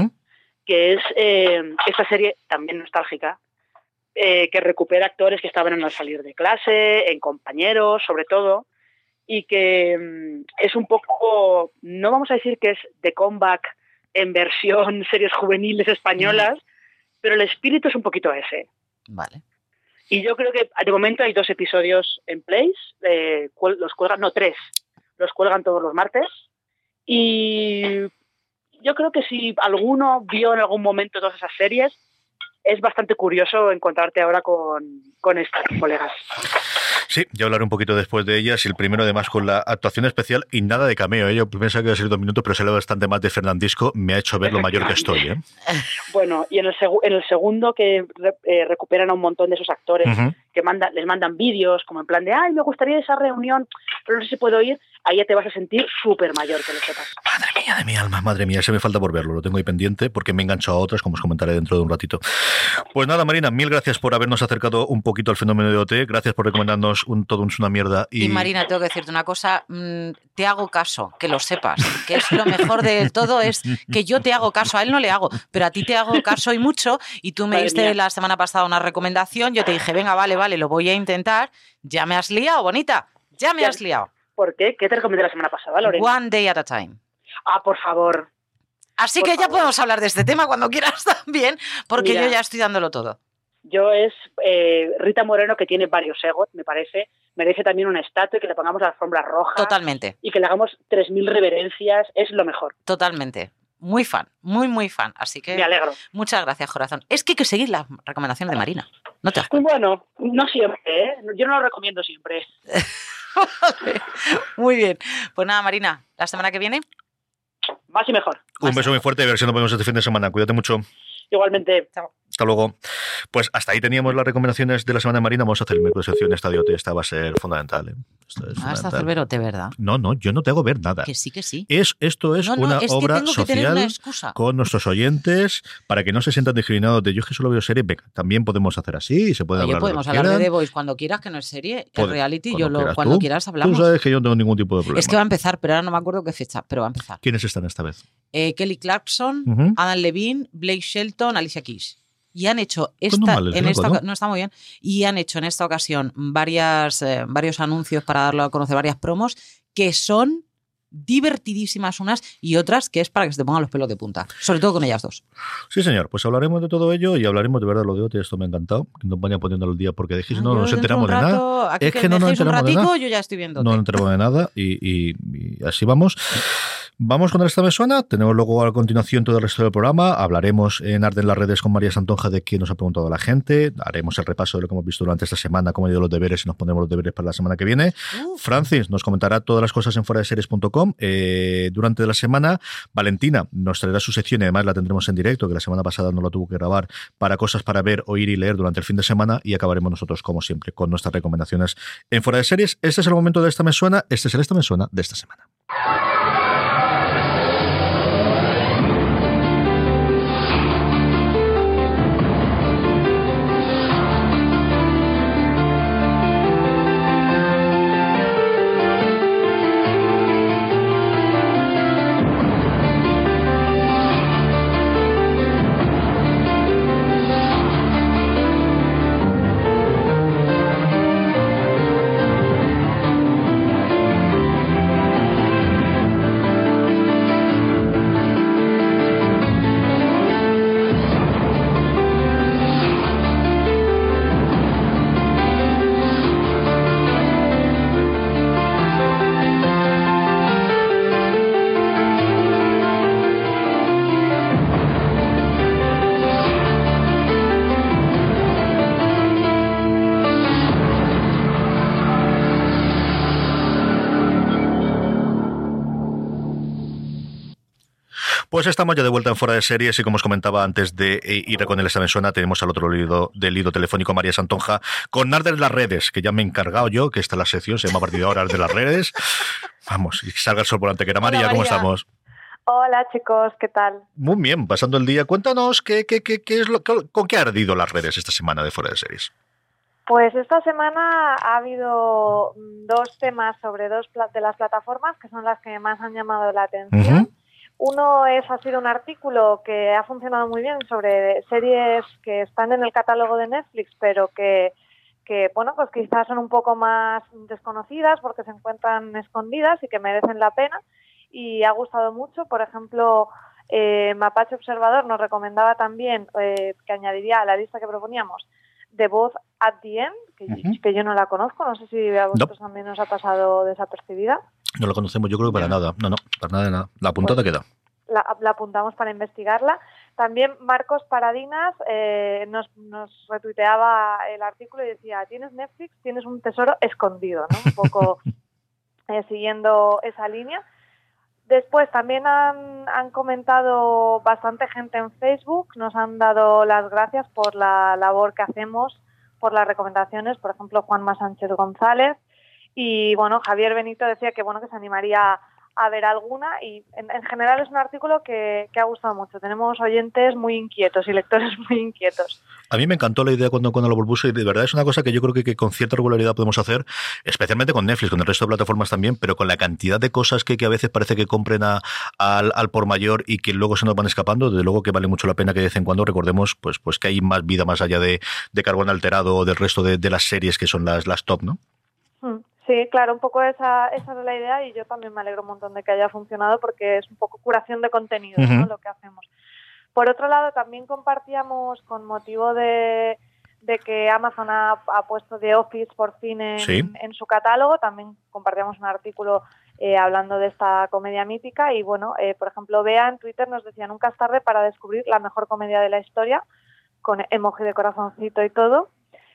[SPEAKER 6] que es esta serie también nostálgica, que recupera actores que estaban al salir de clase, en Compañeros, sobre todo, y que es un poco, no vamos a decir que es de comeback en versión series juveniles españolas, pero el espíritu es un poquito ese.
[SPEAKER 5] Vale.
[SPEAKER 6] Y yo creo que de momento hay 2 episodios en Playz, los cuelgan, no 3, los cuelgan todos los martes, y yo creo que si alguno vio en algún momento todas esas series, es bastante curioso encontrarte ahora con estas Colegas.
[SPEAKER 4] Sí, yo hablaré un poquito después de ellas, y el primero además con la actuación especial y nada de cameo. Yo pensaba que iba a ser 2 minutos, pero se le bastante más de Fernandisco, me ha hecho ver lo mayor que estoy.
[SPEAKER 6] Bueno, y en el segundo que recuperan a un montón de esos actores, que les mandan vídeos como en plan de me gustaría esa reunión, pero no sé si puedo ir. Ahí ya te vas a sentir súper mayor, que lo sepas.
[SPEAKER 4] Madre mía de mi alma, madre mía, ese me falta por verlo, lo tengo ahí pendiente porque me he enganchado a otras, como os comentaré dentro de un ratito. Pues nada, Marina, mil gracias por habernos acercado un poquito al fenómeno de OT, gracias por recomendarnos Todo es una mierda. Y
[SPEAKER 5] Marina, tengo que decirte una cosa, te hago caso, que lo sepas, que es lo mejor de todo, es que yo te hago caso, a él no le hago, pero a ti te hago caso y mucho, y tú me diste la semana pasada una recomendación, yo te dije, venga, vale, lo voy a intentar, ya me has liado, bonita, ya me has liado.
[SPEAKER 6] ¿Por qué? ¿Qué te recomendé la semana pasada, Lorena?
[SPEAKER 5] One Day at a Time.
[SPEAKER 6] Por favor.
[SPEAKER 5] Así que ya podemos hablar de este tema cuando quieras también, porque yo ya estoy dándolo todo.
[SPEAKER 6] Yo es Rita Moreno, que tiene varios egos, me parece. Merece también una estatua y que le pongamos la alfombra roja.
[SPEAKER 5] Totalmente.
[SPEAKER 6] Y que le hagamos 3000 reverencias. Es lo mejor.
[SPEAKER 5] Totalmente. Muy fan, muy fan. Así que
[SPEAKER 6] me alegro.
[SPEAKER 5] Muchas gracias, corazón. Es que hay que seguir las recomendaciones de Marina. No te
[SPEAKER 6] Bueno, no siempre, ¿eh? Yo no lo recomiendo siempre.
[SPEAKER 5] Muy bien. Pues nada, Marina, la semana que viene
[SPEAKER 6] más y mejor.
[SPEAKER 4] Un beso muy fuerte y a ver si nos vemos este fin de semana. Cuídate mucho.
[SPEAKER 6] Igualmente. Chao.
[SPEAKER 4] Hasta luego. Pues hasta ahí teníamos las recomendaciones de la semana de Marina. Vamos a hacer el miércoles sección Estadio T. Esta va a ser fundamental. Esto es
[SPEAKER 5] hasta hacer verote, ¿verdad?
[SPEAKER 4] No, yo no te hago ver nada.
[SPEAKER 5] Que sí.
[SPEAKER 4] Esto es una obra social con nuestros oyentes para que no se sientan discriminados de yo es que solo veo series. Venga, también podemos hacer así y se puede hablar.
[SPEAKER 5] Podemos hablar de The Voice cuando quieras, que no es serie, es reality. Cuando quieras hablamos.
[SPEAKER 4] Tú sabes que yo no tengo ningún tipo de problema.
[SPEAKER 5] Es que va a empezar, pero ahora no me acuerdo qué fecha, pero va a empezar.
[SPEAKER 4] ¿Quiénes están esta vez?
[SPEAKER 5] Kelly Clarkson, Adam Levine, Blake Shelton, Alicia Keys. y han hecho no está muy bien, y han hecho en esta ocasión varios anuncios para darlo a conocer, varias promos que son divertidísimas unas y otras que es para que se te pongan los pelos de punta, sobre todo con ellas dos.
[SPEAKER 4] Sí, señor, pues hablaremos de todo ello y hablaremos de verdad lo de OT, esto me ha encantado, que nos vayan poniéndolo al día porque dijiste no nos enteramos de nada.
[SPEAKER 5] Es que no nos enteramos de nada. Yo ya estoy viendo.
[SPEAKER 4] No nos enteramos de nada y así vamos. Vamos con Esta Me Suena. Tenemos luego a continuación todo el resto del programa. Hablaremos en Arde en las Redes con María Santonja de qué nos ha preguntado la gente. Haremos el repaso de lo que hemos visto durante esta semana, cómo han ido los deberes y nos pondremos los deberes para la semana que viene. Francis nos comentará todas las cosas en fueradeseries.com durante la semana. Valentina nos traerá su sección y además la tendremos en directo, que la semana pasada no lo tuvo que grabar, para cosas para ver, oír y leer durante el fin de semana, y acabaremos nosotros, como siempre, con nuestras recomendaciones en Fuera de Series. Este es el momento de Esta Me Suena. Este es el Esta Me Suena de esta semana. Pues estamos ya de vuelta en Fuera de Series y como os comentaba antes de ir con el Esta Me Suena, tenemos al otro lado del hilo telefónico María Santonja con Arde en las Redes, que ya me he encargado yo, que esta es la sección, se llama a partir de ahora Arde en las Redes. Vamos, y salga el sol por antequera. María, ¿cómo estamos?
[SPEAKER 9] Hola chicos, ¿qué tal?
[SPEAKER 4] Muy bien, pasando el día. Cuéntanos qué es con qué ha ardido las redes esta semana de Fuera de Series.
[SPEAKER 9] Pues esta semana ha habido dos temas sobre dos de las plataformas que son las que más han llamado la atención. Uh-huh. Uno ha sido un artículo que ha funcionado muy bien sobre series que están en el catálogo de Netflix, pero que bueno, pues quizás son un poco más desconocidas porque se encuentran escondidas y que merecen la pena. Y ha gustado mucho. Por ejemplo, Mapache Observador nos recomendaba también, que añadiría a la lista que proponíamos, The Voz at the End, que yo no la conozco, no sé si a vosotros también os ha pasado desapercibida.
[SPEAKER 4] No la conocemos, yo creo que para nada. No, para nada de nada. La apuntada pues, queda.
[SPEAKER 9] La apuntamos para investigarla. También Marcos Paradinas nos retuiteaba el artículo y decía, tienes Netflix, tienes un tesoro escondido, ¿no? Un poco siguiendo esa línea. Después también han comentado bastante gente en Facebook, nos han dado las gracias por la labor que hacemos, por las recomendaciones, por ejemplo Juanma Sánchez González, y bueno, Javier Benito decía que bueno que se animaría a ver alguna, y en general es un artículo que ha gustado mucho. Tenemos oyentes muy inquietos y lectores muy inquietos.
[SPEAKER 4] A mí me encantó la idea cuando lo propuse y de verdad es una cosa que yo creo que con cierta regularidad podemos hacer, especialmente con Netflix, con el resto de plataformas también, pero con la cantidad de cosas que a veces parece que compren al por mayor y que luego se nos van escapando, desde luego que vale mucho la pena que de vez en cuando recordemos pues que hay más vida más allá de Carbón Alterado o del resto de las series que son las top, ¿no?
[SPEAKER 9] Sí, claro, un poco esa es la idea y yo también me alegro un montón de que haya funcionado porque es un poco curación de contenido, ¿no? Lo que hacemos. Por otro lado, también compartíamos con motivo de que Amazon ha puesto The Office por fin en su catálogo, también compartíamos un artículo hablando de esta comedia mítica y bueno, por ejemplo, Bea en Twitter nos decía nunca es tarde para descubrir la mejor comedia de la historia, con emoji de corazoncito y todo.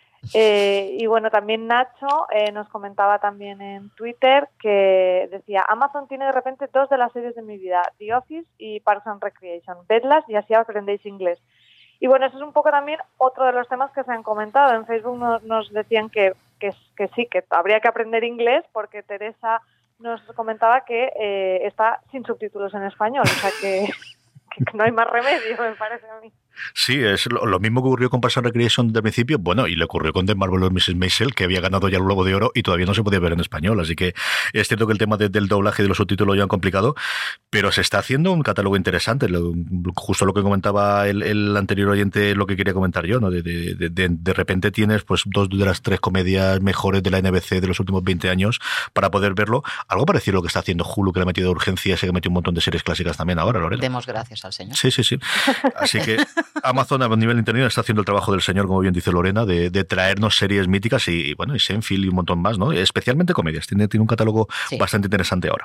[SPEAKER 9] Y bueno, también Nacho nos comentaba también en Twitter que decía Amazon tiene de repente dos de las series de mi vida, The Office y Parks and Recreation, vedlas y así aprendéis inglés. Y bueno, eso es un poco también otro de los temas que se han comentado. En Facebook nos decían que sí, que habría que aprender inglés porque Teresa nos comentaba que está sin subtítulos en español, o sea que no hay más remedio, me parece a mí.
[SPEAKER 4] Sí, es lo mismo que ocurrió con Parks and Recreation de principio, bueno, y le ocurrió con The Marvelous Mrs. Maisel, que había ganado ya el Globo de Oro y todavía no se podía ver en español, así que es cierto que el tema del doblaje y de los subtítulos ya han complicado, pero se está haciendo un catálogo interesante, justo lo que comentaba el anterior oyente, lo que quería comentar yo, ¿no? De repente tienes pues 2 de las 3 comedias mejores de la NBC de los últimos 20 años para poder verlo, algo parecido a lo que está haciendo Hulu, que le ha metido urgencias y que ha metido un montón de series clásicas también ahora, Lorena.
[SPEAKER 5] Demos gracias al señor.
[SPEAKER 4] Sí. Así que Amazon a nivel internet está haciendo el trabajo del señor, como bien dice Lorena, de traernos series míticas y bueno, y Seinfeld y un montón más, ¿no? Especialmente comedias. Tiene un catálogo bastante interesante ahora.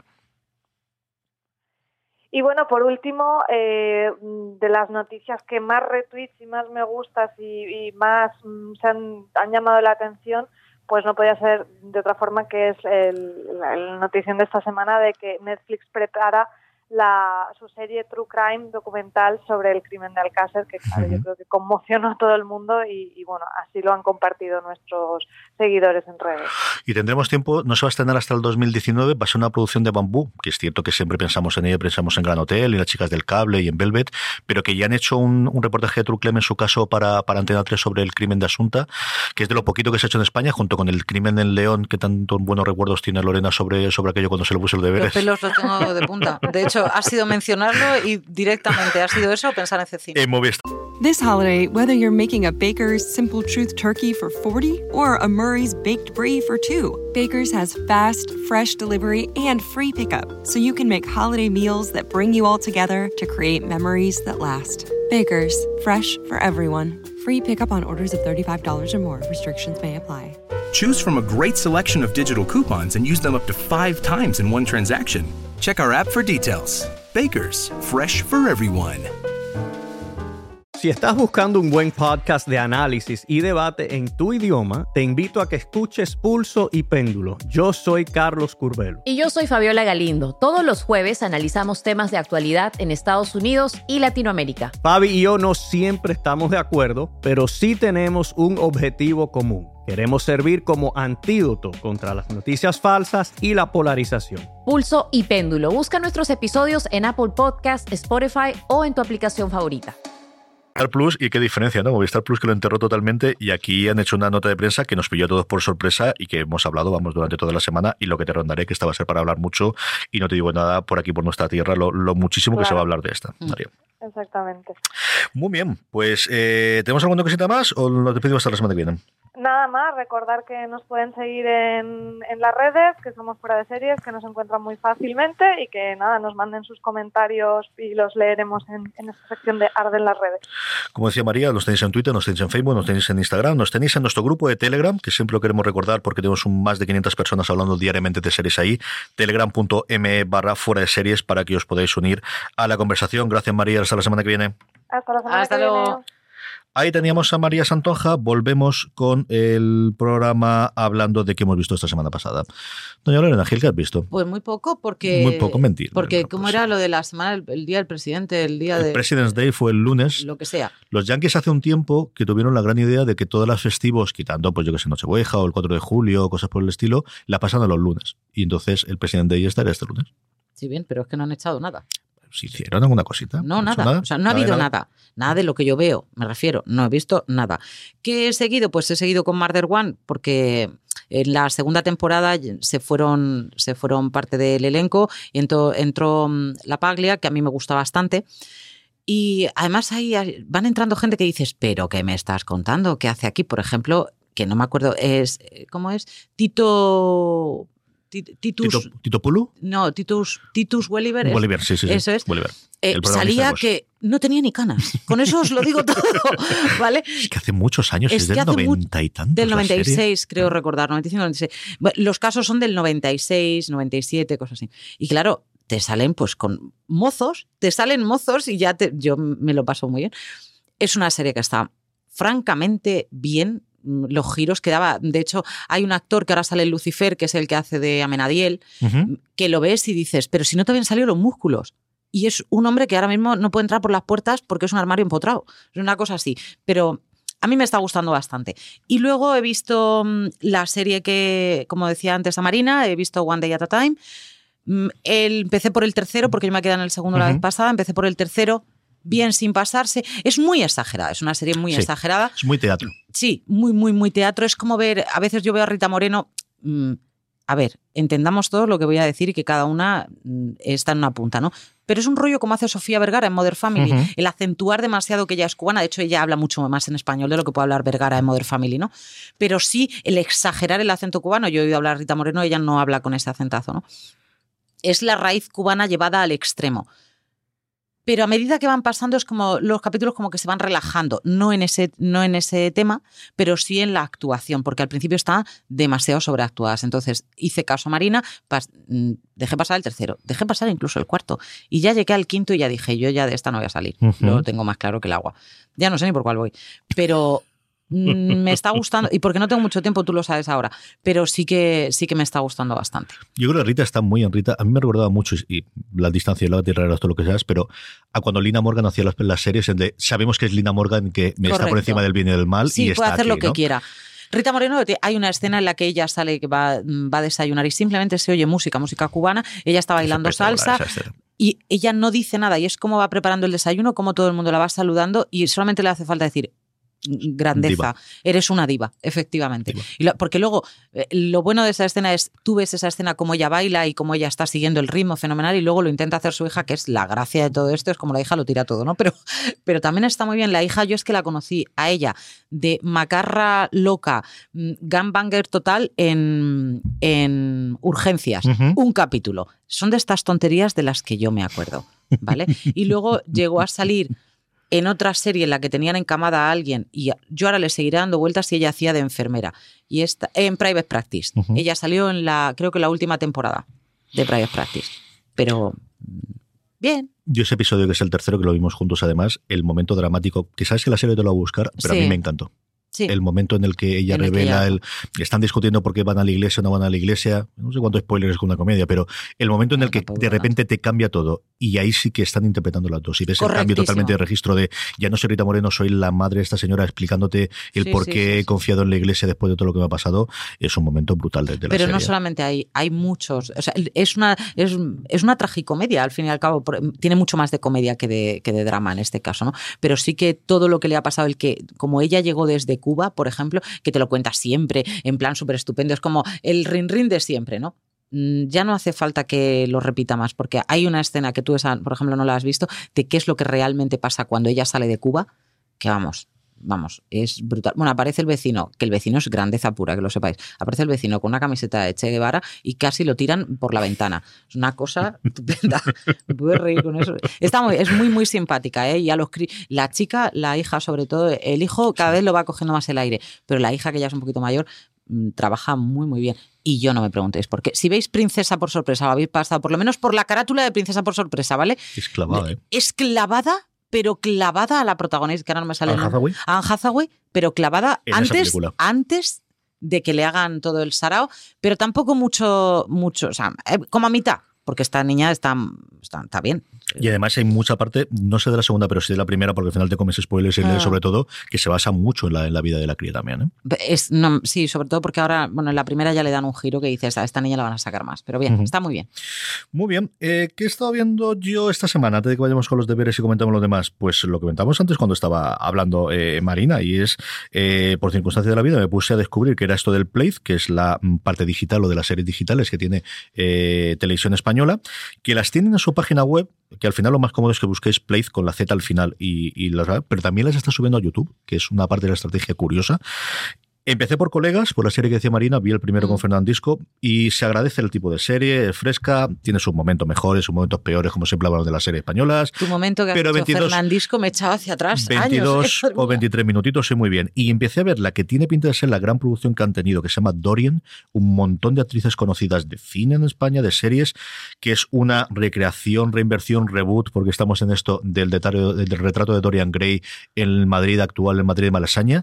[SPEAKER 9] Y bueno, por último, de las noticias que más retweets y más me gustas y más se han llamado la atención, pues no podía ser de otra forma que es la noticia de esta semana de que Netflix prepara su serie True Crime documental sobre el crimen de Alcácer, que claro, yo creo que conmocionó a todo el mundo y bueno, así lo han compartido nuestros seguidores en redes.
[SPEAKER 4] Y tendremos tiempo, no se va a estrenar hasta el 2019, va a ser una producción de Bambú, que es cierto que siempre pensamos en ella, pensamos en Gran Hotel y Las Chicas del Cable y en Velvet, pero que ya han hecho un reportaje de True Crime en su caso para Antena 3 sobre el crimen de Asunta, que es de lo poquito que se ha hecho en España, junto con el crimen en León, que tantos buenos recuerdos tiene Lorena sobre aquello cuando se le puso el deber.
[SPEAKER 5] Los pelos los tengo de punta. De hecho, ha sido mencionarlo y directamente ha sido eso o pensar en Cecina.
[SPEAKER 1] This holiday, whether you're making a Baker's Simple Truth turkey for 40 or a Murray's baked brie for 2, Baker's has fast, fresh delivery and free pickup, so you can make holiday meals that bring you all together to create memories that last. Baker's, fresh for everyone. Free pickup on orders of $35 or more. Restrictions may apply.
[SPEAKER 2] Choose from a great selection of digital coupons and use them up to 5 times in one transaction. Check our app for details. Baker's, fresh for everyone.
[SPEAKER 7] Si estás buscando un buen podcast de análisis y debate en tu idioma, te invito a que escuches Pulso y Péndulo. Yo soy Carlos Curbelo.
[SPEAKER 8] Y yo soy Fabiola Galindo. Todos los jueves analizamos temas de actualidad en Estados Unidos y Latinoamérica.
[SPEAKER 7] Fabi y yo no siempre estamos de acuerdo, pero sí tenemos un objetivo común. Queremos servir como antídoto contra las noticias falsas y la polarización.
[SPEAKER 8] Pulso y Péndulo. Busca nuestros episodios en Apple Podcasts, Spotify o en tu aplicación favorita.
[SPEAKER 4] Movistar Plus, y qué diferencia, ¿no? Movistar Plus que lo enterró totalmente y aquí han hecho una nota de prensa que nos pilló a todos por sorpresa y que hemos hablado, durante toda la semana y lo que te rondaré, que esta va a ser para hablar mucho y no te digo nada por aquí, por nuestra tierra, lo muchísimo que se va a hablar de esta, María.
[SPEAKER 9] Exactamente.
[SPEAKER 4] Muy bien, pues ¿tenemos alguna cosita más o nos despedimos hasta la semana que viene?
[SPEAKER 9] Nada más, recordar que nos pueden seguir en las redes, que somos Fuera de Series, que nos encuentran muy fácilmente y que nada, nos manden sus comentarios y los leeremos en esta sección de Arde en las redes.
[SPEAKER 4] Como decía María, nos tenéis en Twitter, nos tenéis en Facebook, nos tenéis en Instagram, nos tenéis en nuestro grupo de Telegram, que siempre lo queremos recordar porque tenemos más de 500 personas hablando diariamente de series ahí, telegram.me/Fuera de Series para que os podáis unir a la conversación. Gracias, María, hasta la semana que viene.
[SPEAKER 9] Hasta la semana que
[SPEAKER 5] luego.
[SPEAKER 9] viene.
[SPEAKER 4] Ahí teníamos a María Santonja. Volvemos con el programa hablando de qué hemos visto esta semana pasada. Doña Lorena Gil, ¿qué has visto?
[SPEAKER 5] Pues muy poco, porque...
[SPEAKER 4] Muy poco, mentir.
[SPEAKER 5] Porque,
[SPEAKER 4] no,
[SPEAKER 5] ¿cómo
[SPEAKER 4] pues,
[SPEAKER 5] era lo de la semana, el día del presidente, el día de...
[SPEAKER 4] El President's Day fue el lunes.
[SPEAKER 5] Lo que sea.
[SPEAKER 4] Los Yankees hace un tiempo que tuvieron la gran idea de que todas las festivos, quitando, pues yo que sé, Nochevieja o el 4 de julio, cosas por el estilo, la pasan a los lunes. Y entonces el President's Day estará este lunes.
[SPEAKER 5] Sí, bien, pero es que no han echado nada.
[SPEAKER 4] ¿Si hicieron alguna cosita?
[SPEAKER 5] No, nada. O sea, no ha habido nada. Nada de lo que yo veo, me refiero. No he visto nada. ¿Qué he seguido? Pues he seguido con Murder One porque en la segunda temporada se fueron parte del elenco y entró La Paglia, que a mí me gusta bastante. Y además ahí van entrando gente que dices, ¿pero qué me estás contando? ¿Qué hace aquí? Por ejemplo, que no me acuerdo, ¿cómo es? Tito
[SPEAKER 4] Pulu?
[SPEAKER 5] No, Titus Welliver.
[SPEAKER 4] Welliver, sí.
[SPEAKER 5] Eso es.
[SPEAKER 4] Welliver.
[SPEAKER 5] Salía que no tenía ni canas. Con eso os lo digo todo, ¿vale?
[SPEAKER 4] Es que hace muchos años, es del 90 y tantos.
[SPEAKER 5] Del 96, creo recordar, 95, 96. Los casos son del 96, 97, cosas así. Y claro, te salen pues con mozos, y ya yo me lo paso muy bien. Es una serie que está francamente bien. Los giros que daba. De hecho, hay un actor que ahora sale en Lucifer, que es el que hace de Amenadiel, que lo ves y dices, pero si no te habían salido los músculos. Y es un hombre que ahora mismo no puede entrar por las puertas porque es un armario empotrado. Es una cosa así. Pero a mí me está gustando bastante. Y luego he visto la serie que, como decía antes a Marina, he visto One Day at a Time. Empecé por el tercero, porque yo me quedé en el segundo la vez pasada. Empecé por el tercero. bien sin pasarse. Es muy exagerada, es una serie muy exagerada.
[SPEAKER 4] Es muy teatro.
[SPEAKER 5] Sí, muy, muy, muy teatro. Es como ver, a veces yo veo a Rita Moreno... A ver, entendamos todo lo que voy a decir y que cada una está en una punta, ¿no? Pero es un rollo como hace Sofía Vergara en Modern Family, el acentuar demasiado que ella es cubana. De hecho, ella habla mucho más en español de lo que puede hablar Vergara en Modern Family, ¿no? Pero sí el exagerar el acento cubano. Yo he oído hablar a Rita Moreno, ella no habla con ese acentazo, ¿no? Es la raíz cubana llevada al extremo. Pero a medida que van pasando es como los capítulos como que se van relajando, no en ese tema, pero sí en la actuación, porque al principio están demasiado sobreactuadas. Entonces hice caso a Marina, dejé pasar el tercero, dejé pasar incluso el cuarto, y ya llegué al quinto y ya dije, yo ya de esta no voy a salir, lo tengo más claro que el agua. Ya no sé ni por cuál voy, pero... me está gustando, y porque no tengo mucho tiempo, tú lo sabes ahora, pero sí que me está gustando bastante.
[SPEAKER 4] Yo creo que Rita está muy en Rita. A mí me recordaba mucho, y la distancia de la tierra era todo lo que seas, pero a cuando Lina Morgan hacía las series en de sabemos que es Lina Morgan, que me está por encima del bien y del mal,
[SPEAKER 5] sí,
[SPEAKER 4] y
[SPEAKER 5] puede
[SPEAKER 4] está
[SPEAKER 5] hacer
[SPEAKER 4] aquí,
[SPEAKER 5] lo que
[SPEAKER 4] ¿no?
[SPEAKER 5] quiera. Rita Moreno, hay una escena en la que ella sale, que va a desayunar y simplemente se oye música cubana, ella está bailando salsa y ella no dice nada, y es como va preparando el desayuno, como todo el mundo la va saludando y solamente le hace falta decir grandeza, diva. Eres una diva, efectivamente. Diva. Porque luego, lo bueno de esa escena es, tú ves esa escena como ella baila y como ella está siguiendo el ritmo fenomenal, y luego lo intenta hacer su hija, que es la gracia de todo esto, es como la hija lo tira todo, ¿no? Pero también está muy bien. La hija, yo es que la conocí a ella de macarra loca, gangbanger total en Urgencias, un capítulo. Son de estas tonterías de las que yo me acuerdo, ¿vale? Y luego llegó a salir en otra serie en la que tenían encamada a alguien, y yo ahora le seguiré dando vueltas, y ella hacía de enfermera. Y esta, en Private Practice. Ella salió en creo que la última temporada de Private Practice. Pero bien.
[SPEAKER 4] Yo ese episodio, que es el tercero, que lo vimos juntos además, el momento dramático, que sabes que la serie te lo va a buscar, pero a mí me encantó. Sí. El momento en el que ella revela están discutiendo por qué van a la iglesia o no van a la iglesia, no sé cuántos spoilers es con una comedia, pero el momento en el que de repente te cambia todo, y ahí sí que están interpretando las dos, y ves el cambio totalmente de registro de, ya no soy Rita Moreno, soy la madre de esta señora explicándote el por qué he confiado en la iglesia después de todo lo que me ha pasado. Es un momento brutal de la serie.
[SPEAKER 5] Pero no solamente hay muchos, o sea, es una tragicomedia, al fin y al cabo, tiene mucho más de comedia que de drama en este caso, ¿no? Pero sí que todo lo que le ha pasado, el que, como ella llegó desde Cuba, por ejemplo, que te lo cuenta siempre, en plan súper estupendo, es como el rin-rin de siempre, ¿no? Ya no hace falta que lo repita más, porque hay una escena que tú, por ejemplo, no la has visto, de qué es lo que realmente pasa cuando ella sale de Cuba, que vamos, es brutal. Bueno, aparece el vecino, que el vecino es grandeza pura, que lo sepáis. Aparece el vecino con una camiseta de Che Guevara y casi lo tiran por la ventana. Es una cosa estupenda. Me pude reír con eso. Es muy, muy simpática, ¿eh? Y la chica, la hija sobre todo, el hijo cada vez lo va cogiendo más el aire, pero la hija, que ya es un poquito mayor, trabaja muy, muy bien. Y yo no me preguntéis por qué. Si veis Princesa por sorpresa, o habéis pasado por lo menos por la carátula de Princesa por sorpresa, ¿vale?
[SPEAKER 4] Es clavada, ¿eh?
[SPEAKER 5] Es clavada, pero clavada a la protagonista, que ahora no me sale el nombre. Anne Hathaway, pero clavada antes de que le hagan todo el sarao, pero tampoco mucho, o sea, como a mitad, porque esta niña está bien.
[SPEAKER 4] Y además hay mucha parte, no sé de la segunda, pero sí de la primera, porque al final te comes spoilers, sobre todo, que se basa mucho en la vida de la cría también, ¿eh?
[SPEAKER 5] Sí, sobre todo porque ahora, bueno, en la primera ya le dan un giro que dices, a esta niña la van a sacar más. Pero bien, está muy bien.
[SPEAKER 4] Muy bien. ¿Qué he estado viendo yo esta semana? Antes de que vayamos con los deberes y comentamos lo demás, pues lo que comentamos antes cuando estaba hablando Marina, y es, por circunstancias de la vida, me puse a descubrir que era esto del Play, que es la parte digital o de las series digitales que tiene Televisión Española, que las tienen en su página web, que al final lo más cómodo es que busquéis Play con la Z al final, pero también las está subiendo a YouTube, que es una parte de la estrategia curiosa. Empecé por Colegas, por la serie que decía Marina, vi el primero con Fernandisco, y se agradece el tipo de serie, es fresca, tiene sus momentos mejores, sus momentos peores, como siempre hablamos de las series españolas.
[SPEAKER 5] Tu momento que has dicho Fernandisco me echaba hacia atrás
[SPEAKER 4] 22
[SPEAKER 5] años.
[SPEAKER 4] O 23 minutitos, sí, muy bien. Y empecé a ver la que tiene pinta de ser la gran producción que han tenido, que se llama Dorian, un montón de actrices conocidas de cine en España, de series, que es una recreación, reinversión, reboot, porque estamos en esto del retrato de Dorian Gray en el Madrid actual, en Madrid de Malasaña,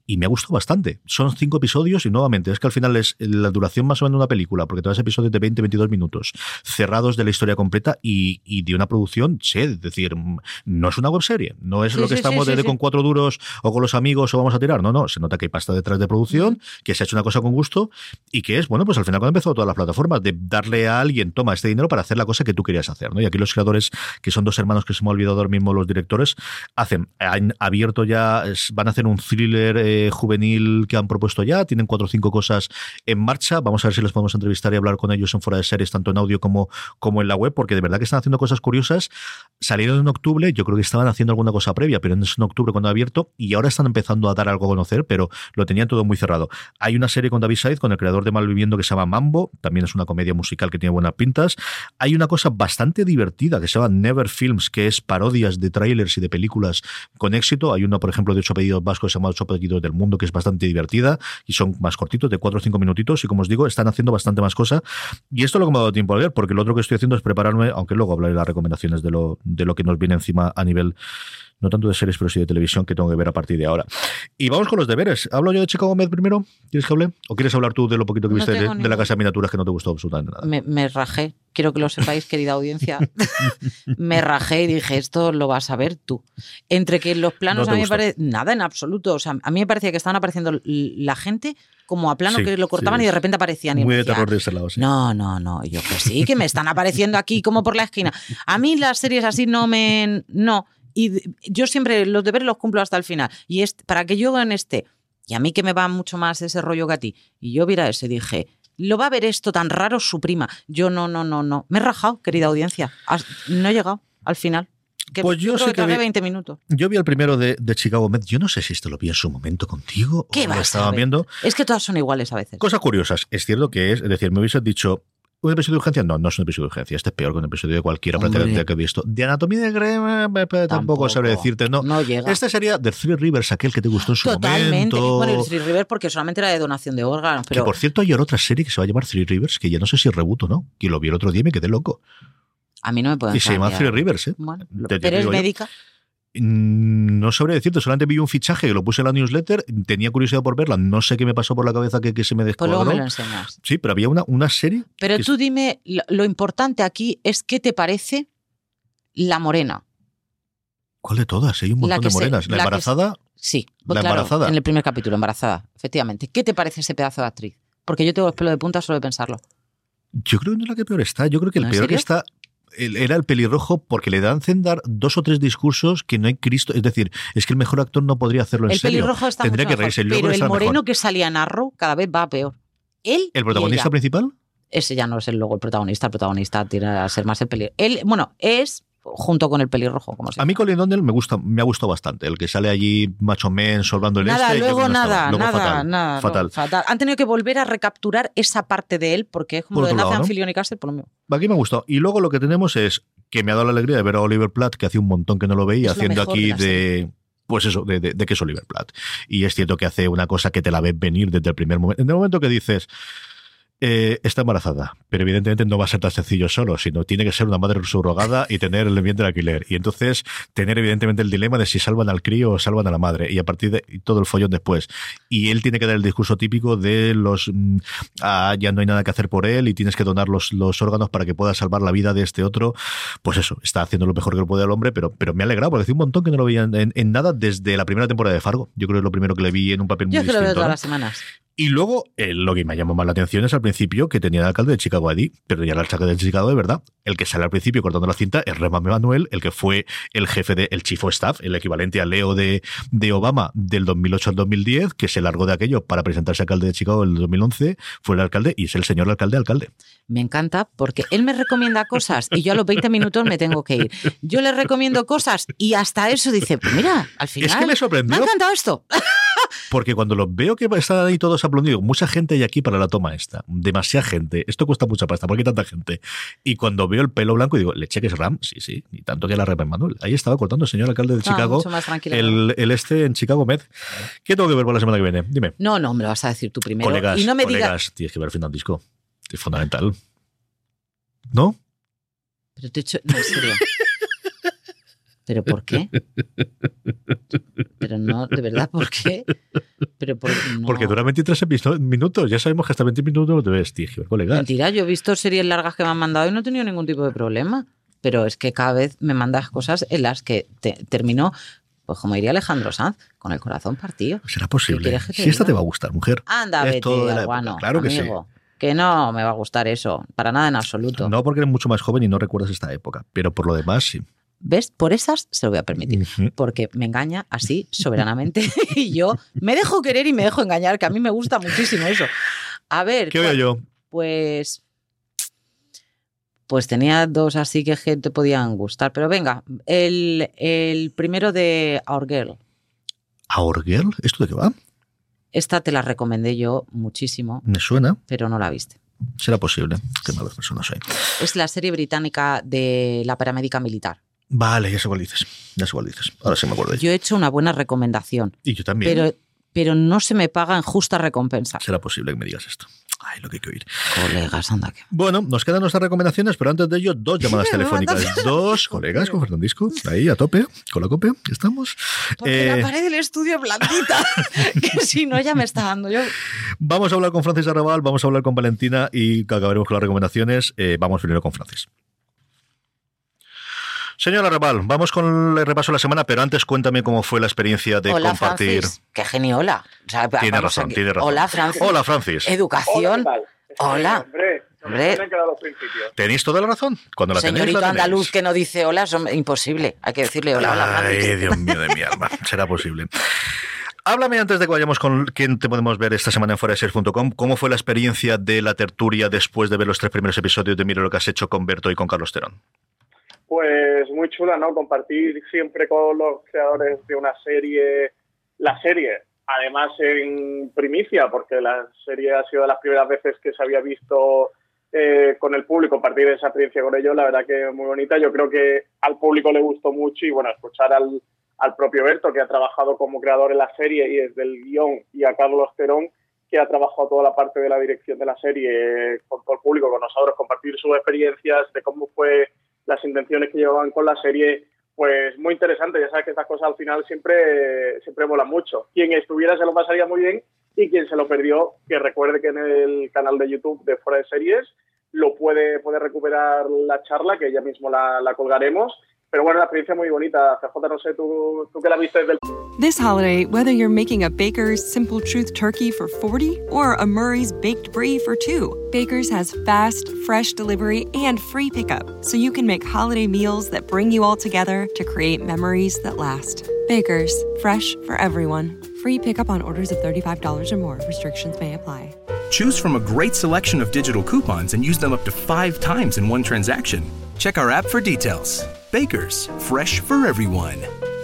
[SPEAKER 4] y me ha gustado bastante. Son 5 episodios y nuevamente es que al final es la duración más o menos de una película, porque todos episodios de 20-22 minutos, cerrados de la historia completa y de una producción, es decir, no es una webserie, no es lo que estamos con 4 duros o con los amigos o vamos a tirar, no, se nota que hay pasta detrás de producción, que se ha hecho una cosa con gusto y que es, bueno, pues al final cuando empezó todas las plataformas, de darle a alguien, toma este dinero para hacer la cosa que tú querías hacer, ¿no? Y aquí los creadores, que son 2 hermanos que se me ha olvidado ahora mismo los directores, han abierto ya, van a hacer un thriller juvenil que han propuesto ya, tienen 4 o 5 cosas en marcha, vamos a ver si les podemos entrevistar y hablar con ellos en Fuera de Series, tanto en audio como en la web, porque de verdad que están haciendo cosas curiosas. Salieron en octubre, yo creo que estaban haciendo alguna cosa previa, pero es en octubre cuando ha abierto, y ahora están empezando a dar algo a conocer, pero lo tenían todo muy cerrado. Hay una serie con David Said, con el creador de Malviviendo, que se llama Mambo, también es una comedia musical que tiene buenas pintas. Hay una cosa bastante divertida que se llama Never Films, que es parodias de trailers y de películas con éxito. Hay una, por ejemplo, de 8 apellidos vascos que se llama 8 apellidos del mundo, que es bastante divertida, y son más cortitos, de 4 o 5 minutitos, y como os digo, están haciendo bastante más cosa. Y esto es lo que me ha dado tiempo a ver, porque lo otro que estoy haciendo es prepararme, aunque luego hablaré de las recomendaciones de lo que nos viene encima a nivel, no tanto de series, pero sí de televisión, que tengo que ver a partir de ahora. Y vamos con los deberes. ¿Hablo yo de Chicago Med primero? ¿Quieres que hable? ¿O quieres hablar tú de lo poquito que viste de la Casa de Miniaturas, que no te gustó absolutamente nada?
[SPEAKER 5] Me rajé. Quiero que lo sepáis, querida audiencia. Me rajé y dije, esto lo vas a ver tú. Entre que los planos,
[SPEAKER 4] no
[SPEAKER 5] a mí me parece... Nada en absoluto. O sea, a mí me parecía que estaban apareciendo la gente como a plano, que lo cortaban y de repente aparecían.
[SPEAKER 4] Muy de terror de ese lado, sí.
[SPEAKER 5] No. Y yo, que sí, que me están apareciendo aquí como por la esquina. A mí las series así no. Y yo siempre los deberes los cumplo hasta el final. Y para que yo en y a mí que me va mucho más ese rollo que a ti, y yo viera ese, dije, lo va a ver esto tan raro su prima. Yo no. Me he rajado, querida audiencia. No he llegado al final.
[SPEAKER 4] Pues yo sé que
[SPEAKER 5] 20 minutos.
[SPEAKER 4] Yo vi el primero de Chicago Med. Yo no sé si esto lo vi en su momento contigo
[SPEAKER 5] o
[SPEAKER 4] lo estaban viendo.
[SPEAKER 5] Es que todas son iguales a veces.
[SPEAKER 4] Cosas curiosas. Es cierto que es decir, me hubiese dicho, ¿un episodio de urgencia? No es un episodio de urgencia. Este es peor que un episodio de cualquiera prácticamente que he visto. De Anatomía de Grey, tampoco sabré decirte. No
[SPEAKER 5] llega.
[SPEAKER 4] Este sería The Three Rivers, aquel que te gustó en su momento.
[SPEAKER 5] Bueno, el Three Rivers porque solamente era de donación de órganos. Pero...
[SPEAKER 4] Que, por cierto, hay otra serie que se va a llamar Three Rivers, que ya no sé si es reboot o no. Que lo vi el otro día y me quedé loco.
[SPEAKER 5] A mí no me pueden
[SPEAKER 4] Y se llama Three Rivers, ¿eh?
[SPEAKER 5] Bueno, ¿pero es médica?
[SPEAKER 4] No sabría decirte, solamente vi un fichaje que lo puse en la newsletter, tenía curiosidad por verla, no sé qué me pasó por la cabeza que se me descuadró.
[SPEAKER 5] Pues luego me lo enseñas.
[SPEAKER 4] Sí, pero había una serie.
[SPEAKER 5] Pero tú dime, lo importante aquí es qué te parece la morena.
[SPEAKER 4] ¿Cuál de todas? Hay un montón de morenas. ¿La embarazada?
[SPEAKER 5] Sí,
[SPEAKER 4] la embarazada.
[SPEAKER 5] En el primer capítulo, embarazada, efectivamente. ¿Qué te parece ese pedazo de actriz? Porque yo tengo el pelo de punta solo de pensarlo.
[SPEAKER 4] Yo creo que no es la que peor está. Yo creo que el peor que está era el pelirrojo, porque le dan dar 2 o 3 discursos que no hay Cristo. Es decir, es que el mejor actor no podría hacerlo en serio.
[SPEAKER 5] El pelirrojo está
[SPEAKER 4] Tendría
[SPEAKER 5] mucho
[SPEAKER 4] que reírse.
[SPEAKER 5] mejor, pero el moreno que salía en Arrow cada vez va a peor. Él
[SPEAKER 4] ¿El protagonista principal?
[SPEAKER 5] Ese ya no es el protagonista. El protagonista tiene a ser más el pelirrojo. Él, bueno, es junto con el pelirrojo, como se llama.
[SPEAKER 4] A mí Colin Donnell me ha gustado bastante. El que sale allí macho men solvando el fatal.
[SPEAKER 5] Han tenido que volver a recapturar esa parte de él porque es como lo de Nathan Fillion y Castle, por lo mismo.
[SPEAKER 4] Aquí me ha gustado. Y luego lo que tenemos es que me ha dado la alegría de ver a Oliver Platt, que hace un montón que no lo veía, haciendo aquí pues eso, de que es Oliver Platt. Y es cierto que hace una cosa que te la ves venir desde el primer momento. En el momento que dices, está embarazada, pero evidentemente no va a ser tan sencillo solo, sino tiene que ser una madre subrogada y tener el bien del alquiler. Y entonces tener evidentemente el dilema de si salvan al crío o salvan a la madre. Y a partir de todo el follón después. Y él tiene que dar el discurso típico de ya no hay nada que hacer por él y tienes que donar los órganos para que pueda salvar la vida de este otro. Pues eso, está haciendo lo mejor que puede el hombre, pero me ha alegrado, porque hace un montón que no lo veía en nada desde la primera temporada de Fargo. Yo creo que es lo primero que le vi en un papel muy distinto.
[SPEAKER 5] Yo que lo veo todas las semanas.
[SPEAKER 4] Y luego, lo que me llamó más la atención es al principio que tenía el alcalde de Chicago allí, pero ya el alcalde de Chicago de verdad. El que sale al principio cortando la cinta es Rema Emanuel, el que fue el jefe el Chief of Staff, el equivalente al Leo de Obama del 2008 al 2010, que se largó de aquello para presentarse alcalde de Chicago en el 2011, fue el alcalde y es el señor alcalde.
[SPEAKER 5] Me encanta porque él me recomienda cosas y yo a los 20 minutos me tengo que ir. Yo le recomiendo cosas y hasta eso dice, pues mira, al final
[SPEAKER 4] es que me sorprendió.
[SPEAKER 5] Me ha encantado esto.
[SPEAKER 4] Porque cuando los veo que están ahí todos aplaudidos, mucha gente hay aquí para la toma esta, demasiada gente, esto cuesta mucha pasta, ¿por qué tanta gente? Y cuando veo el pelo blanco digo, ¿le cheques Ram? Sí, y tanto que la Rema Emanuel. Ahí estaba cortando el señor alcalde de Chicago, el en Chicago Med. ¿Qué tengo que ver por la semana que viene? Dime.
[SPEAKER 5] No, me lo vas a decir tú primero.
[SPEAKER 4] Colegas,
[SPEAKER 5] y no me
[SPEAKER 4] digas, tienes que ver Final Disco, es fundamental. ¿No?
[SPEAKER 5] Pero te he hecho, no, en serio. ¿Pero por qué? Pero no, de verdad, ¿por qué? Pero no.
[SPEAKER 4] Porque dura 23 minutos. Ya sabemos que hasta 20 minutos te ves, tío, colegas.
[SPEAKER 5] Mentira, yo he visto series largas que me han mandado y no he tenido ningún tipo de problema. Pero es que cada vez me mandas cosas en las que termino, pues como diría Alejandro Sanz, con el corazón partido.
[SPEAKER 4] ¿Será posible? Si esta te va a gustar, mujer.
[SPEAKER 5] Anda, vete, Arguano,
[SPEAKER 4] claro que
[SPEAKER 5] amigo.
[SPEAKER 4] sí.
[SPEAKER 5] Que no me va a gustar eso, para nada en absoluto.
[SPEAKER 4] No porque eres mucho más joven y no recuerdas esta época, pero por lo demás sí.
[SPEAKER 5] ¿Ves? Por esas se lo voy a permitir, porque me engaña así soberanamente y yo me dejo querer y me dejo engañar, que a mí me gusta muchísimo eso. A ver,
[SPEAKER 4] ¿qué veo yo?
[SPEAKER 5] Pues tenía dos así que te podían gustar, pero venga, el primero de Our Girl.
[SPEAKER 4] ¿Our Girl? ¿Esto de qué va?
[SPEAKER 5] Esta te la recomendé yo muchísimo.
[SPEAKER 4] Me suena.
[SPEAKER 5] Pero no la viste.
[SPEAKER 4] Será posible. Qué mala persona soy.
[SPEAKER 5] Es la serie británica de la paramédica militar.
[SPEAKER 4] Vale, ya sé cuál dices. Ahora sí me acuerdo de ella.
[SPEAKER 5] Yo he hecho una buena recomendación.
[SPEAKER 4] Y yo también.
[SPEAKER 5] Pero no se me paga en justa recompensa.
[SPEAKER 4] Será posible que me digas esto. Ay, lo que hay que oír.
[SPEAKER 5] Colegas, anda que...
[SPEAKER 4] Bueno, nos quedan nuestras recomendaciones, pero antes de ello, 2 llamadas telefónicas. 2 colegas con Fernandisco. Ahí, a tope, con la copia. Estamos.
[SPEAKER 5] Porque la pared del estudio es blandita. Que si no, ya me está dando yo.
[SPEAKER 4] Vamos a hablar con Francis Arrabal, vamos a hablar con Valentina y acabaremos con las recomendaciones. Vamos primero con Francis. Señora Arrabal, vamos con el repaso de la semana, pero antes cuéntame cómo fue la experiencia de compartir.
[SPEAKER 5] Francis. Qué genio, hola. O sea,
[SPEAKER 4] tiene razón.
[SPEAKER 5] Hola, Francis.
[SPEAKER 4] Hola, Francis.
[SPEAKER 5] Educación.
[SPEAKER 6] Hola.
[SPEAKER 5] Hombre.
[SPEAKER 4] Tenéis toda la razón. Cuando la tenéis,
[SPEAKER 5] señorito
[SPEAKER 4] la tenéis.
[SPEAKER 5] andaluz que no dice hola, es imposible. Hay que decirle hola, Francis.
[SPEAKER 4] Ay, Dios mío de mi alma. Será posible. Háblame antes de que vayamos con quién te podemos ver esta semana en fueradeseries.com. ¿Cómo fue la experiencia de la tertulia después de ver los 3 primeros episodios de Mira lo que has hecho con Berto y con Carlos Terón?
[SPEAKER 10] Pues muy chula, ¿no? Compartir siempre con los creadores de una serie, la serie, además en primicia, porque la serie ha sido de las primeras veces que se había visto con el público, compartir esa experiencia con ellos, la verdad que muy bonita. Yo creo que al público le gustó mucho y bueno, escuchar al propio Berto, que ha trabajado como creador en la serie y desde el guión, y a Carlos Terón, que ha trabajado toda la parte de la dirección de la serie con todo el público, con nosotros, compartir sus experiencias de cómo fue las intenciones que llevaban con la serie, pues muy interesante. Ya sabes que estas cosas al final siempre molan mucho. Quien estuviera se lo pasaría muy bien y quien se lo perdió, que recuerde que en el canal de YouTube de Fuera de Series lo puede recuperar la charla, que ya mismo la colgaremos. Pero bueno, la experiencia muy bonita. CJ, no sé, tú que la viste desde el...
[SPEAKER 1] This holiday, whether you're making a Baker's Simple Truth turkey for 40 or a Murray's Baked Brie for 2, Baker's has fast, fresh delivery and free pickup, so you can make holiday meals that bring you all together to create memories that last. Baker's, fresh for everyone. Free pickup on orders of $35 or more. Restrictions may apply.
[SPEAKER 2] Choose from a great selection of digital coupons and use them up to 5 times in one transaction. Check our app for details. Baker's, fresh for everyone.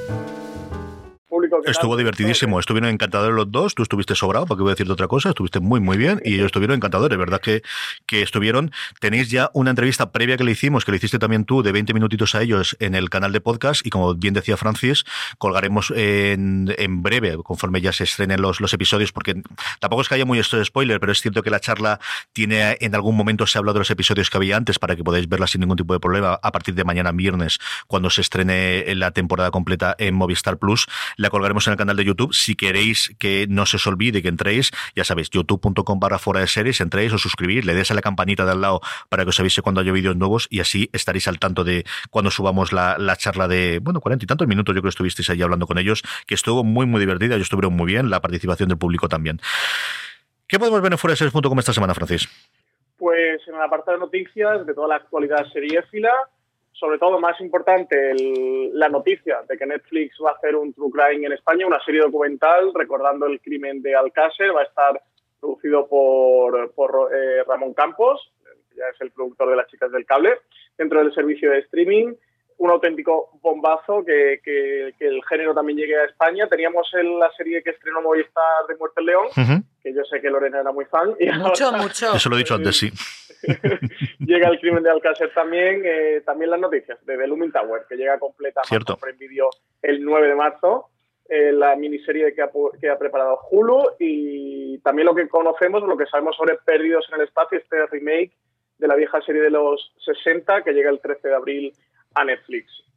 [SPEAKER 4] Estuvo divertidísimo, estuvieron encantadores los dos, tú estuviste sobrado, para que voy a decirte otra cosa, estuviste muy muy bien y ellos estuvieron encantadores, verdad que estuvieron. Tenéis ya una entrevista previa que le hicimos, que le hiciste también tú, de 20 minutitos a ellos en el canal de podcast, y como bien decía Francis, colgaremos en breve, conforme ya se estrenen los episodios, porque tampoco es que haya muy spoiler, pero es cierto que la charla tiene, en algún momento se ha hablado de los episodios que había antes, para que podáis verla sin ningún tipo de problema a partir de mañana viernes, cuando se estrene la temporada completa en Movistar Plus. La colgaremos en el canal de YouTube. Si queréis que no se os olvide que entréis, ya sabéis, youtube.com/fueradeseries, entréis, os suscribís, le des a la campanita de al lado para que os avise cuando haya vídeos nuevos, y así estaréis al tanto de cuando subamos la charla de, 40 y tantos minutos, yo creo que estuvisteis ahí hablando con ellos, que estuvo muy muy divertida, ellos estuvieron muy bien, la participación del público también. ¿Qué podemos ver en fueradeseries.com esta semana, Francis?
[SPEAKER 10] Pues en el apartado de noticias de toda la actualidad seriéfila, sobre todo, más importante, la noticia de que Netflix va a hacer un True Crime en España, una serie documental recordando el crimen de Alcácer. Va a estar producido por Ramón Campos, que ya es el productor de Las Chicas del Cable, dentro del servicio de streaming. Un auténtico bombazo, que el género también llegue a España. Teníamos la serie que estrenó Movistar de Muerte en León, que yo sé que Lorena era muy fan. Y
[SPEAKER 5] mucho.
[SPEAKER 4] Eso lo he dicho antes, sí.
[SPEAKER 10] Llega el crimen de Alcácer también. También las noticias de The Looming Tower, que llega completa por Prime Video el 9 de marzo. La miniserie que ha preparado Hulu, y también lo que conocemos, lo que sabemos sobre Perdidos en el Espacio, este remake de la vieja serie de los 60, que llega el 13 de abril a Netflix.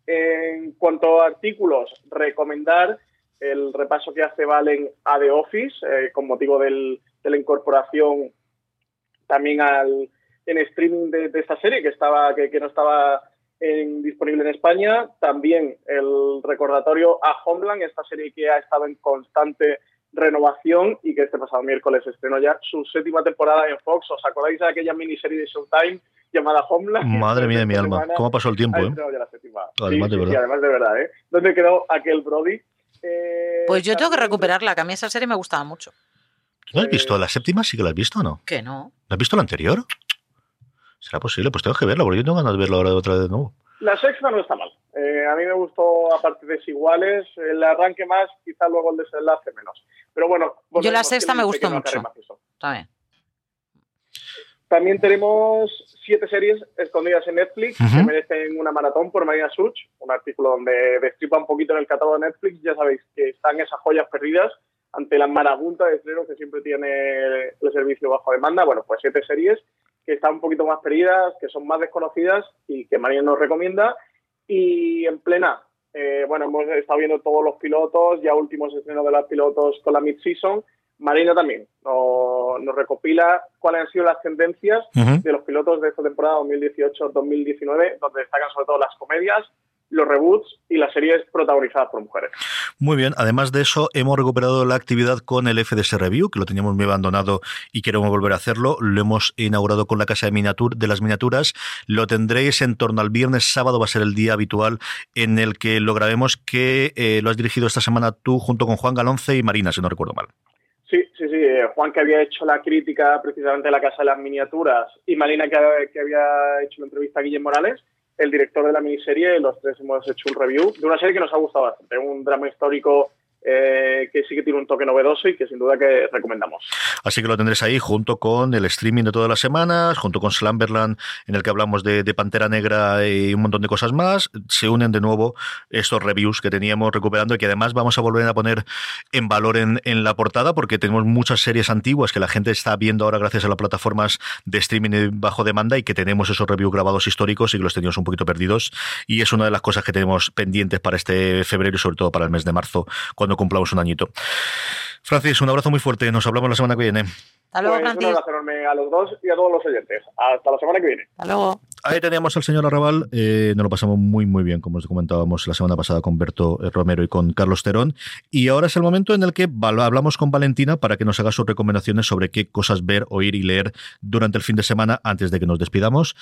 [SPEAKER 10] En cuanto a artículos, recomendar el repaso que hace Valen a The Office, con motivo de la incorporación también en streaming de esta serie, que no estaba disponible en España. También el recordatorio a Homeland, esta serie que ha estado en constante renovación y que este pasado miércoles estrenó ya su 7ª temporada en Fox. ¿Os acordáis de aquella miniserie de Showtime llamada Homeland?
[SPEAKER 4] Madre mía de mi alma, ¿cómo ha pasado el tiempo?
[SPEAKER 10] Ya la 7ª.
[SPEAKER 4] Además, de verdad.
[SPEAKER 10] Sí, además de verdad. ¿Dónde quedó aquel Brody?
[SPEAKER 5] Pues yo tengo que recuperarla, que a mí esa serie me gustaba mucho.
[SPEAKER 4] ¿No has visto la 7ª? ¿Sí que la has visto o no?
[SPEAKER 5] ¿Que no?
[SPEAKER 4] ¿No has visto la anterior? ¿Será posible? Pues tengo que verla, porque yo tengo ganas de verla ahora otra vez de nuevo.
[SPEAKER 10] La 6ª no está mal. A mí me gustó a partes desiguales. El arranque más, quizá luego el desenlace menos. Pero bueno.
[SPEAKER 5] Yo la 6ª me gustó mucho. Está bien.
[SPEAKER 10] También tenemos 7 series escondidas en Netflix que merecen una maratón por Marina Such, un artículo donde destripa un poquito en el catálogo de Netflix. Ya sabéis que están esas joyas perdidas ante la marabunta de estrenos que siempre tiene el servicio bajo demanda. Bueno, pues 7 series que están un poquito más perdidas, que son más desconocidas y que Marina nos recomienda. Y en plena, hemos estado viendo todos los pilotos, ya últimos estrenos de los pilotos con la mid-season. Marina también nos recopila cuáles han sido las tendencias de los pilotos de esta temporada 2018-2019, donde destacan sobre todo las comedias, los reboots y las series protagonizadas por mujeres.
[SPEAKER 4] Muy bien, además de eso, hemos recuperado la actividad con el FDS Review, que lo teníamos muy abandonado y queremos volver a hacerlo. Lo hemos inaugurado con la Casa de las Miniaturas. Lo tendréis en torno al viernes, sábado va a ser el día habitual en el que lo grabemos, que lo has dirigido esta semana tú junto con Juan Galonce y Marina, si no recuerdo mal.
[SPEAKER 10] Sí. Juan, que había hecho la crítica precisamente de la Casa de las Miniaturas, y Marina, que había hecho la entrevista a Guillermo Morales, el director de la miniserie. Los tres hemos hecho un review de una serie que nos ha gustado bastante, un drama histórico que sí que tiene un toque novedoso y que sin duda que recomendamos.
[SPEAKER 4] Así que lo tendréis ahí junto con el streaming de todas las semanas, junto con Slumberland, en el que hablamos de Pantera Negra y un montón de cosas más. Se unen de nuevo estos reviews que teníamos recuperando y que además vamos a volver a poner en valor en la portada, porque tenemos muchas series antiguas que la gente está viendo ahora gracias a las plataformas de streaming bajo demanda, y que tenemos esos reviews grabados históricos y que los teníamos un poquito perdidos, y es una de las cosas que tenemos pendientes para este febrero y sobre todo para el mes de marzo, cuando cumplamos un añito. Francis, un abrazo muy fuerte. Nos hablamos la semana que viene.
[SPEAKER 5] Hasta luego, Francis.
[SPEAKER 10] Un abrazo enorme a los dos y a todos los oyentes. Hasta la semana que viene.
[SPEAKER 5] Hasta luego.
[SPEAKER 4] Ahí teníamos al señor Arrabal. Nos lo pasamos muy, muy bien, como os comentábamos la semana pasada con Berto Romero y con Carlos Terón. Y ahora es el momento en el que hablamos con Valentina para que nos haga sus recomendaciones sobre qué cosas ver, oír y leer durante el fin de semana antes de que nos despidamos.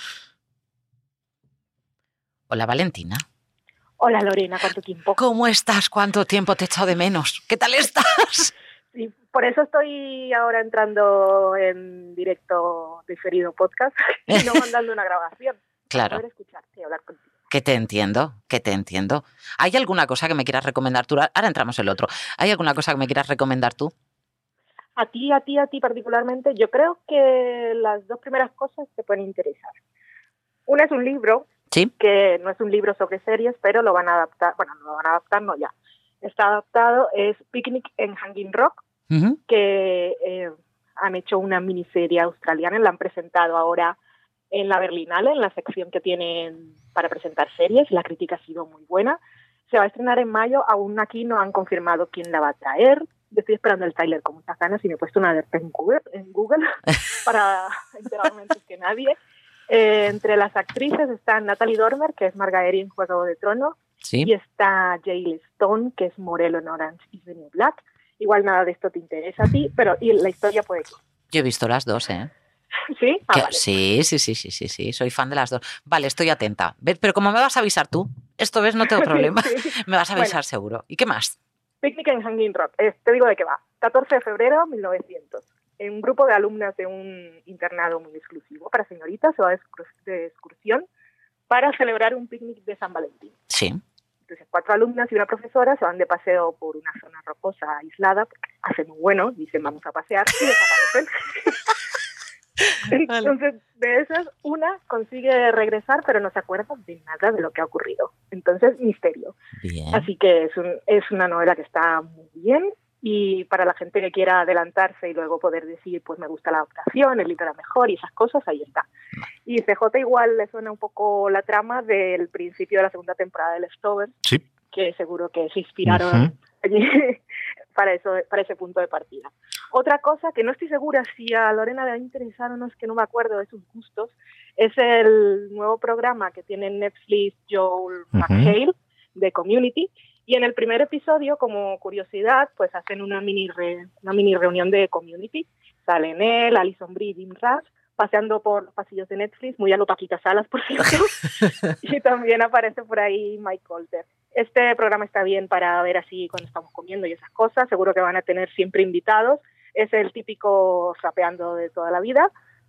[SPEAKER 5] Hola, Valentina.
[SPEAKER 11] Hola, Lorena, ¿cuánto tiempo?
[SPEAKER 5] ¿Cómo estás? ¿Cuánto tiempo te he echado de menos? ¿Qué tal estás?
[SPEAKER 11] Sí, por eso estoy ahora entrando en directo diferido podcast y no mandando una grabación.
[SPEAKER 5] Claro.
[SPEAKER 11] Para poder escucharte y hablar contigo.
[SPEAKER 5] Que te entiendo. ¿Hay alguna cosa que me quieras recomendar tú? Ahora entramos en el otro. ¿Hay alguna cosa que me quieras recomendar tú?
[SPEAKER 11] A ti particularmente, yo creo que las dos primeras cosas te pueden interesar. Una es un libro.
[SPEAKER 5] ¿Sí?
[SPEAKER 11] Que no es un libro sobre series, pero lo van a adaptar, ya. Está adaptado, es Picnic en Hanging Rock, que han hecho una miniserie australiana, la han presentado ahora en la Berlinale, en la sección que tienen para presentar series. La crítica ha sido muy buena. Se va a estrenar en mayo, aún aquí no han confirmado quién la va a traer. Yo estoy esperando el tráiler con muchas ganas y me he puesto una alerta en Google para enterarme antes que nadie. Entre las actrices está Natalie Dormer, que es Margaery en Juego de Tronos,
[SPEAKER 5] ¿sí?
[SPEAKER 11] Y está Jayle Stone, que es Morello en Orange is the New Black. Igual nada de esto te interesa a ti, pero y la historia puede que...
[SPEAKER 5] Yo he visto las dos, ¿eh?
[SPEAKER 11] ¿Sí?
[SPEAKER 5] Vale. Sí, soy fan de las dos. Vale, estoy atenta. Pero como me vas a avisar tú, esto ves, no tengo problema. Sí. Me vas a avisar seguro. ¿Y qué más?
[SPEAKER 11] Picnic en Hanging Rock. Te digo de qué va. 14 de febrero 1900. Un grupo de alumnas de un internado muy exclusivo para señoritas se va de excursión para celebrar un picnic de San Valentín.
[SPEAKER 5] Sí.
[SPEAKER 11] Entonces 4 alumnas y una profesora se van de paseo por una zona rocosa aislada, porque hace muy bueno, dicen vamos a pasear, y desaparecen. Entonces, de esas, una consigue regresar, pero no se acuerda de nada de lo que ha ocurrido. Entonces, misterio.
[SPEAKER 5] Bien.
[SPEAKER 11] Así que es una novela que está muy bien. y para la gente que quiera adelantarse y luego poder decir, pues me gusta la adaptación, el libro era mejor y esas cosas, ahí está. Y CJ igual le suena un poco la trama del principio de la segunda temporada de Leftovers,
[SPEAKER 4] sí,
[SPEAKER 11] que seguro que se inspiraron allí para ese punto de partida. Otra cosa que no estoy segura si a Lorena le va a interesar o no, es que no me acuerdo de sus gustos, es el nuevo programa que tiene en Netflix Joel McHale de Community, y en el primer episodio, como curiosidad, pues hacen una mini reunión de Community. Salen él, Alison Brie y Jim Rash paseando por los pasillos de Netflix, muy a lo Paquita Salas, por cierto, y también aparece por ahí Mike Colter. Este programa está bien para ver así cuando estamos comiendo y esas cosas, seguro que van a tener siempre invitados, es el típico rapeando de toda la vida,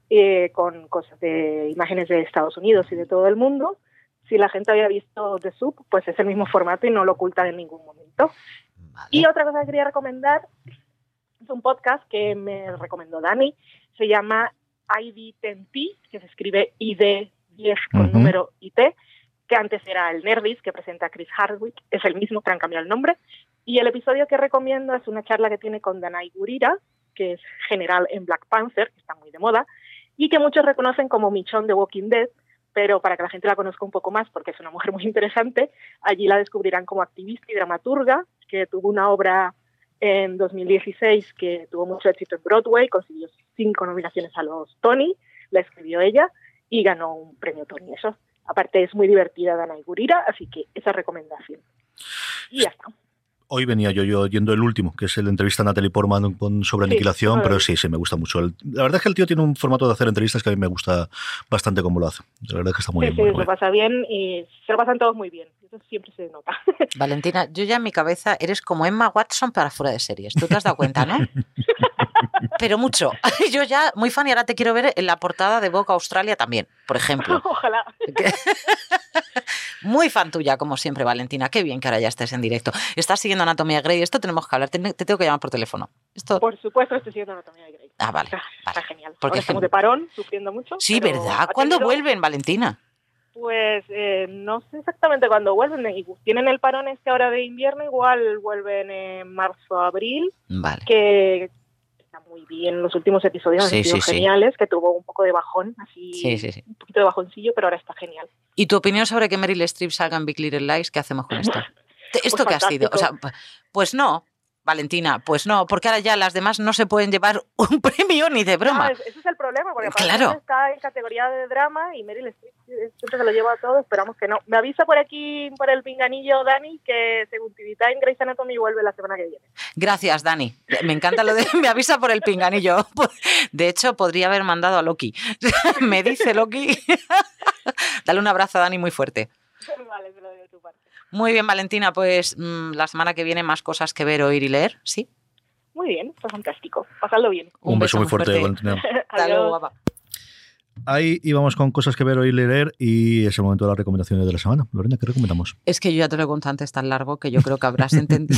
[SPEAKER 11] con cosas de imágenes de Estados Unidos y de todo el mundo. Si la gente había visto The Soup, pues es el mismo formato y no lo ocultan en ningún momento. Vale. Y otra cosa que quería recomendar es un podcast que me recomendó Dani, se llama ID10T, que se escribe ID10 con número IT, que antes era el Nerdist, que presenta Chris Hardwick, es el mismo, pero han cambiado el nombre. Y el episodio que recomiendo es una charla que tiene con Danai Gurira, que es general en Black Panther, que está muy de moda, y que muchos reconocen como Michonne de Walking Dead, pero para que la gente la conozca un poco más, porque es una mujer muy interesante, allí la descubrirán como activista y dramaturga, que tuvo una obra en 2016 que tuvo mucho éxito en Broadway, consiguió 5 nominaciones a los Tony, la escribió ella y ganó un premio Tony. Eso, aparte, es muy divertida Danai Gurira, así que esa recomendación. Y ya está.
[SPEAKER 4] Hoy venía yo oyendo el último, que es el entrevista a Natalie Portman sobre Aniquilación, pero sí, me gusta mucho. La verdad es que el tío tiene un formato de hacer entrevistas que a mí me gusta bastante cómo lo hace. La verdad es que está muy bien.
[SPEAKER 11] Sí, se pasa bien y se lo pasan todos muy bien. Eso siempre se nota.
[SPEAKER 5] Valentina, yo ya en mi cabeza eres como Emma Watson para fuera de series. Tú te has dado cuenta, ¿no? Pero mucho. Yo ya, muy fan, y ahora te quiero ver en la portada de Vogue Australia también, por ejemplo.
[SPEAKER 11] Ojalá.
[SPEAKER 5] Muy fan tuya, como siempre, Valentina. Qué bien que ahora ya estés en directo. Estás siguiendo Anatomía de Grey. Esto tenemos que hablar. Te tengo que llamar por teléfono.
[SPEAKER 11] Por supuesto, estoy siguiendo Anatomía de Grey.
[SPEAKER 5] Ah, vale.
[SPEAKER 11] Está genial.
[SPEAKER 5] Porque
[SPEAKER 11] ahora estamos de parón, sufriendo mucho.
[SPEAKER 5] Sí, ¿verdad? ¿Cuándo vuelven, Valentina?
[SPEAKER 11] Pues no sé exactamente cuándo vuelven. Tienen el parón ahora de invierno. Igual vuelven en marzo, abril.
[SPEAKER 5] Vale.
[SPEAKER 11] Que está muy bien. Los últimos episodios han sido geniales. Que tuvo un poco de bajón. Así, un poquito de bajoncillo, pero ahora está genial.
[SPEAKER 5] ¿Y tu opinión sobre que Meryl Streep salga en Big Little Lies? ¿Qué hacemos con esto? ¿Esto qué ha sido? O sea, pues no, Valentina, pues no, porque ahora ya las demás no se pueden llevar un premio ni de broma.
[SPEAKER 11] No, ese es el problema, porque
[SPEAKER 5] claro,
[SPEAKER 11] está en categoría de drama y Meryl Streep siempre se lo lleva a todo, esperamos que no. Me avisa por aquí, por el pinganillo, Dani, que según TV Time, Grey's Anatomy vuelve la semana que viene.
[SPEAKER 5] Gracias, Dani. Me encanta lo de me avisa por el pinganillo. De hecho, podría haber mandado a Loki. Me dice Loki. Dale un abrazo a Dani muy fuerte.
[SPEAKER 11] Vale, se lo doy de tu parte.
[SPEAKER 5] Muy bien, Valentina, pues la semana que viene más cosas que ver, oír y leer, ¿sí?
[SPEAKER 11] Muy bien, está fantástico. Pasadlo bien.
[SPEAKER 4] Un beso muy fuerte, Valentina.
[SPEAKER 5] Hasta luego, guapa.
[SPEAKER 4] Ahí íbamos con cosas que ver, oír y leer, y es el momento de las recomendaciones de la semana. Lorena, ¿qué recomendamos?
[SPEAKER 5] Es que yo ya te lo he contado antes tan largo que yo creo que habrás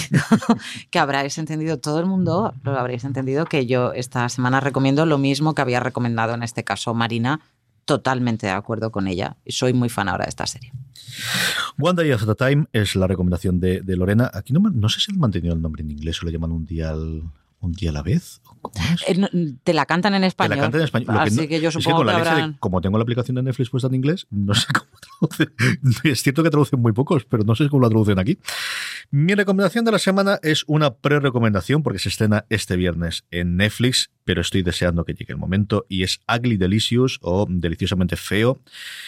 [SPEAKER 5] entendido, todo el mundo lo habréis entendido, que yo esta semana recomiendo lo mismo que había recomendado en este caso Marina. Totalmente de acuerdo con ella. Soy muy fan ahora de esta serie.
[SPEAKER 4] One Day at a Time es la recomendación de Lorena. Aquí no sé si han mantenido el nombre en inglés o le llaman un día a la vez.
[SPEAKER 5] Te la cantan en español.
[SPEAKER 4] Te la cantan en español.
[SPEAKER 5] Así que yo supongo que habrán...
[SPEAKER 4] como tengo la aplicación de Netflix puesta en inglés, no sé cómo traduce. Es cierto que traducen muy pocos, pero no sé cómo la traducen aquí. Mi recomendación de la semana es una pre-recomendación porque se estrena este viernes en Netflix, pero estoy deseando que llegue el momento, y es Ugly Delicious, o Deliciosamente Feo.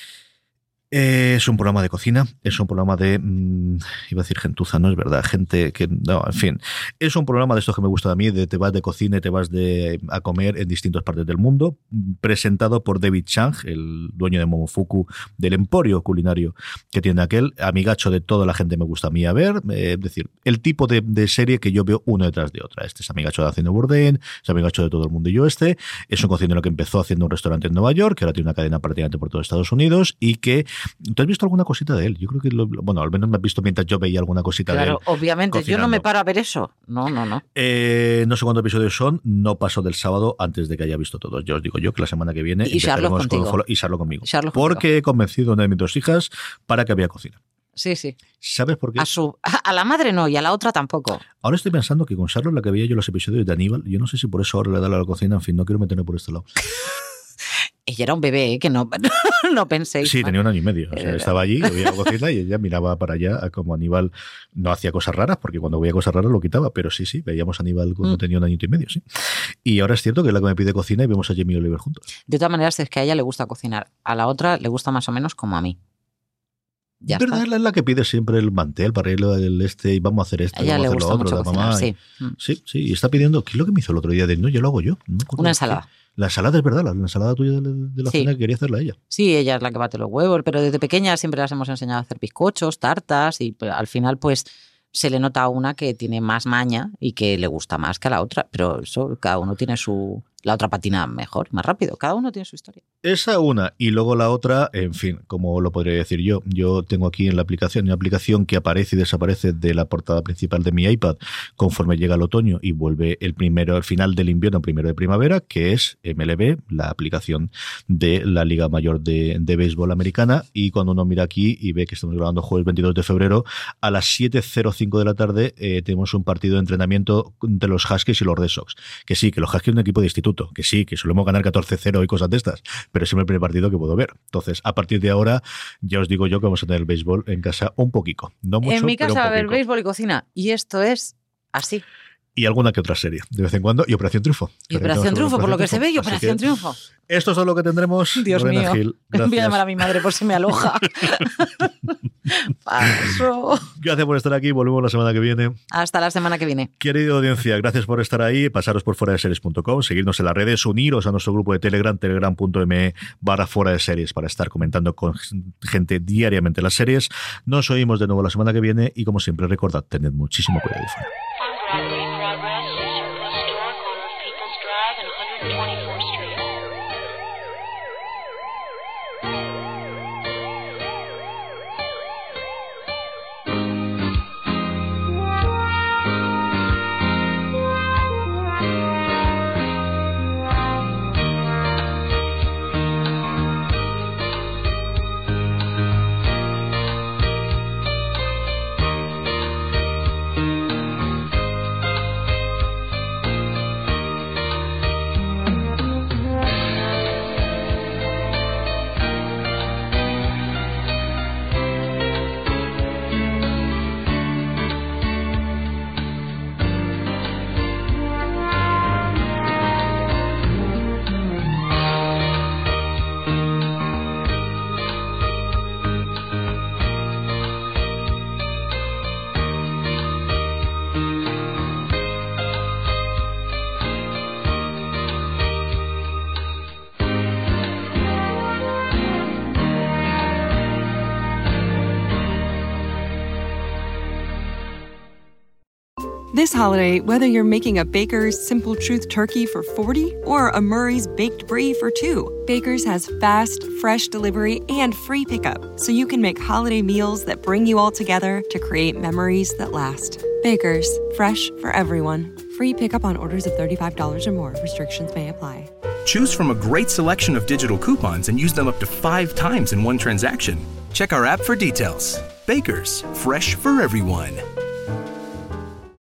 [SPEAKER 4] Es un programa de cocina, es un programa de... iba a decir gentuza, no es verdad, gente que... No, en fin. Es un programa de estos que me gusta a mí, de te vas de cocina y te vas a comer en distintas partes del mundo, presentado por David Chang, el dueño de Momofuku, del emporio culinario que tiene aquel, amigacho de toda la gente me gusta a mí a ver, es decir, el tipo de serie que yo veo uno detrás de otra. Este es amigacho de Haciendo Bourdain, es amigacho de todo el mundo, y yo es un cocinero que empezó haciendo un restaurante en Nueva York, que ahora tiene una cadena prácticamente por todo Estados Unidos, y que... ¿Tú has visto alguna cosita de él? Yo creo que, bueno, al menos me has visto mientras yo veía alguna cosita de él.
[SPEAKER 5] Claro, obviamente, cocinando. Yo no me paro a ver eso. No.
[SPEAKER 4] No sé cuántos episodios son, no paso del sábado antes de que haya visto todos. Yo os digo que la semana que viene
[SPEAKER 5] y Charlo contigo.
[SPEAKER 4] Y Charlo conmigo. Porque he convencido a una de mis dos hijas para que vea cocina.
[SPEAKER 5] Sí, sí.
[SPEAKER 4] ¿Sabes por qué?
[SPEAKER 5] A la madre no, y a la otra tampoco.
[SPEAKER 4] Ahora estoy pensando que con Charlotte, la que veía yo los episodios de Aníbal, yo no sé si por eso ahora le da a la cocina, en fin, no quiero meterme por este lado.
[SPEAKER 5] Ella era un bebé, que no penséis.
[SPEAKER 4] Sí, tenía 1 año y medio. O sea, estaba allí, veía la cocina y ella miraba para allá, como Aníbal no hacía cosas raras, porque cuando veía cosas raras lo quitaba, pero sí, veíamos a Aníbal cuando tenía 1 año y medio, sí. Y ahora es cierto que es la que me pide cocina y vemos a Jamie Oliver juntos.
[SPEAKER 5] De todas maneras, es que a ella le gusta cocinar. A la otra le gusta más o menos como a mí. Ya
[SPEAKER 4] es verdad, es la que pide siempre el mantel para ir al y vamos a hacer esto,
[SPEAKER 5] ella
[SPEAKER 4] vamos a hacer lo otro, la mamá.
[SPEAKER 5] Sí.
[SPEAKER 4] Sí, y está pidiendo, ¿qué es lo que me hizo el otro día? No, yo lo hago yo. No,
[SPEAKER 5] una ensalada.
[SPEAKER 4] La ensalada es verdad, la ensalada tuya de la cena que quería hacerla ella.
[SPEAKER 5] Sí, ella es la que bate los huevos, pero desde pequeña siempre las hemos enseñado a hacer bizcochos, tartas y al final pues se le nota a una que tiene más maña y que le gusta más que a la otra, pero eso cada uno tiene la otra patina mejor, más rápido, cada uno tiene su historia.
[SPEAKER 4] Esa una, y luego la otra, en fin, como lo podría decir yo tengo aquí en la aplicación una aplicación que aparece y desaparece de la portada principal de mi iPad conforme llega el otoño y vuelve el final del invierno, primero de primavera, que es MLB, la aplicación de la Liga Mayor de Béisbol Americana, y cuando uno mira aquí y ve que estamos grabando jueves 22 de febrero, a las 7:05 de la tarde tenemos un partido de entrenamiento entre los Huskies y los Red Sox, que sí, que los Huskies es un equipo de instituto, que sí, que solemos ganar 14-0 y cosas de estas, pero es el primer partido que puedo ver. Entonces, a partir de ahora, ya os digo yo que vamos a tener el béisbol en casa un poquito. No mucho,
[SPEAKER 5] en mi casa
[SPEAKER 4] pero
[SPEAKER 5] va a haber béisbol y cocina, y esto es así.
[SPEAKER 4] Y alguna que otra serie, de vez en cuando, y Operación Triunfo.
[SPEAKER 5] Y Operación Triunfo, por lo que se ve, y Operación Triunfo.
[SPEAKER 4] Esto es todo lo que tendremos.
[SPEAKER 5] Dios
[SPEAKER 4] Lorena
[SPEAKER 5] mío,
[SPEAKER 4] Gil,
[SPEAKER 5] voy a llamar a mi madre por si me aloja. Paso.
[SPEAKER 4] Gracias por estar aquí, volvemos la semana que viene.
[SPEAKER 5] Hasta la semana que viene.
[SPEAKER 4] Querida audiencia, gracias por estar ahí, pasaros por fueradeseries.com, seguirnos en las redes, uniros a nuestro grupo de Telegram, telegram.me/fueradeseries, para estar comentando con gente diariamente las series. Nos oímos de nuevo la semana que viene y como siempre recordad, tened muchísimo cuidado y fuera.
[SPEAKER 1] This holiday, whether you're making a Baker's Simple Truth turkey for 40 or a Murray's Baked Brie for 2, Baker's has fast, fresh delivery and free pickup, so you can make holiday meals that bring you all together to create memories that last. Baker's, fresh for everyone. Free pickup on orders of $35 or more. Restrictions may apply.
[SPEAKER 2] Choose from a great selection of digital coupons and use them up to 5 times in one transaction. Check our app for details. Baker's, fresh for everyone.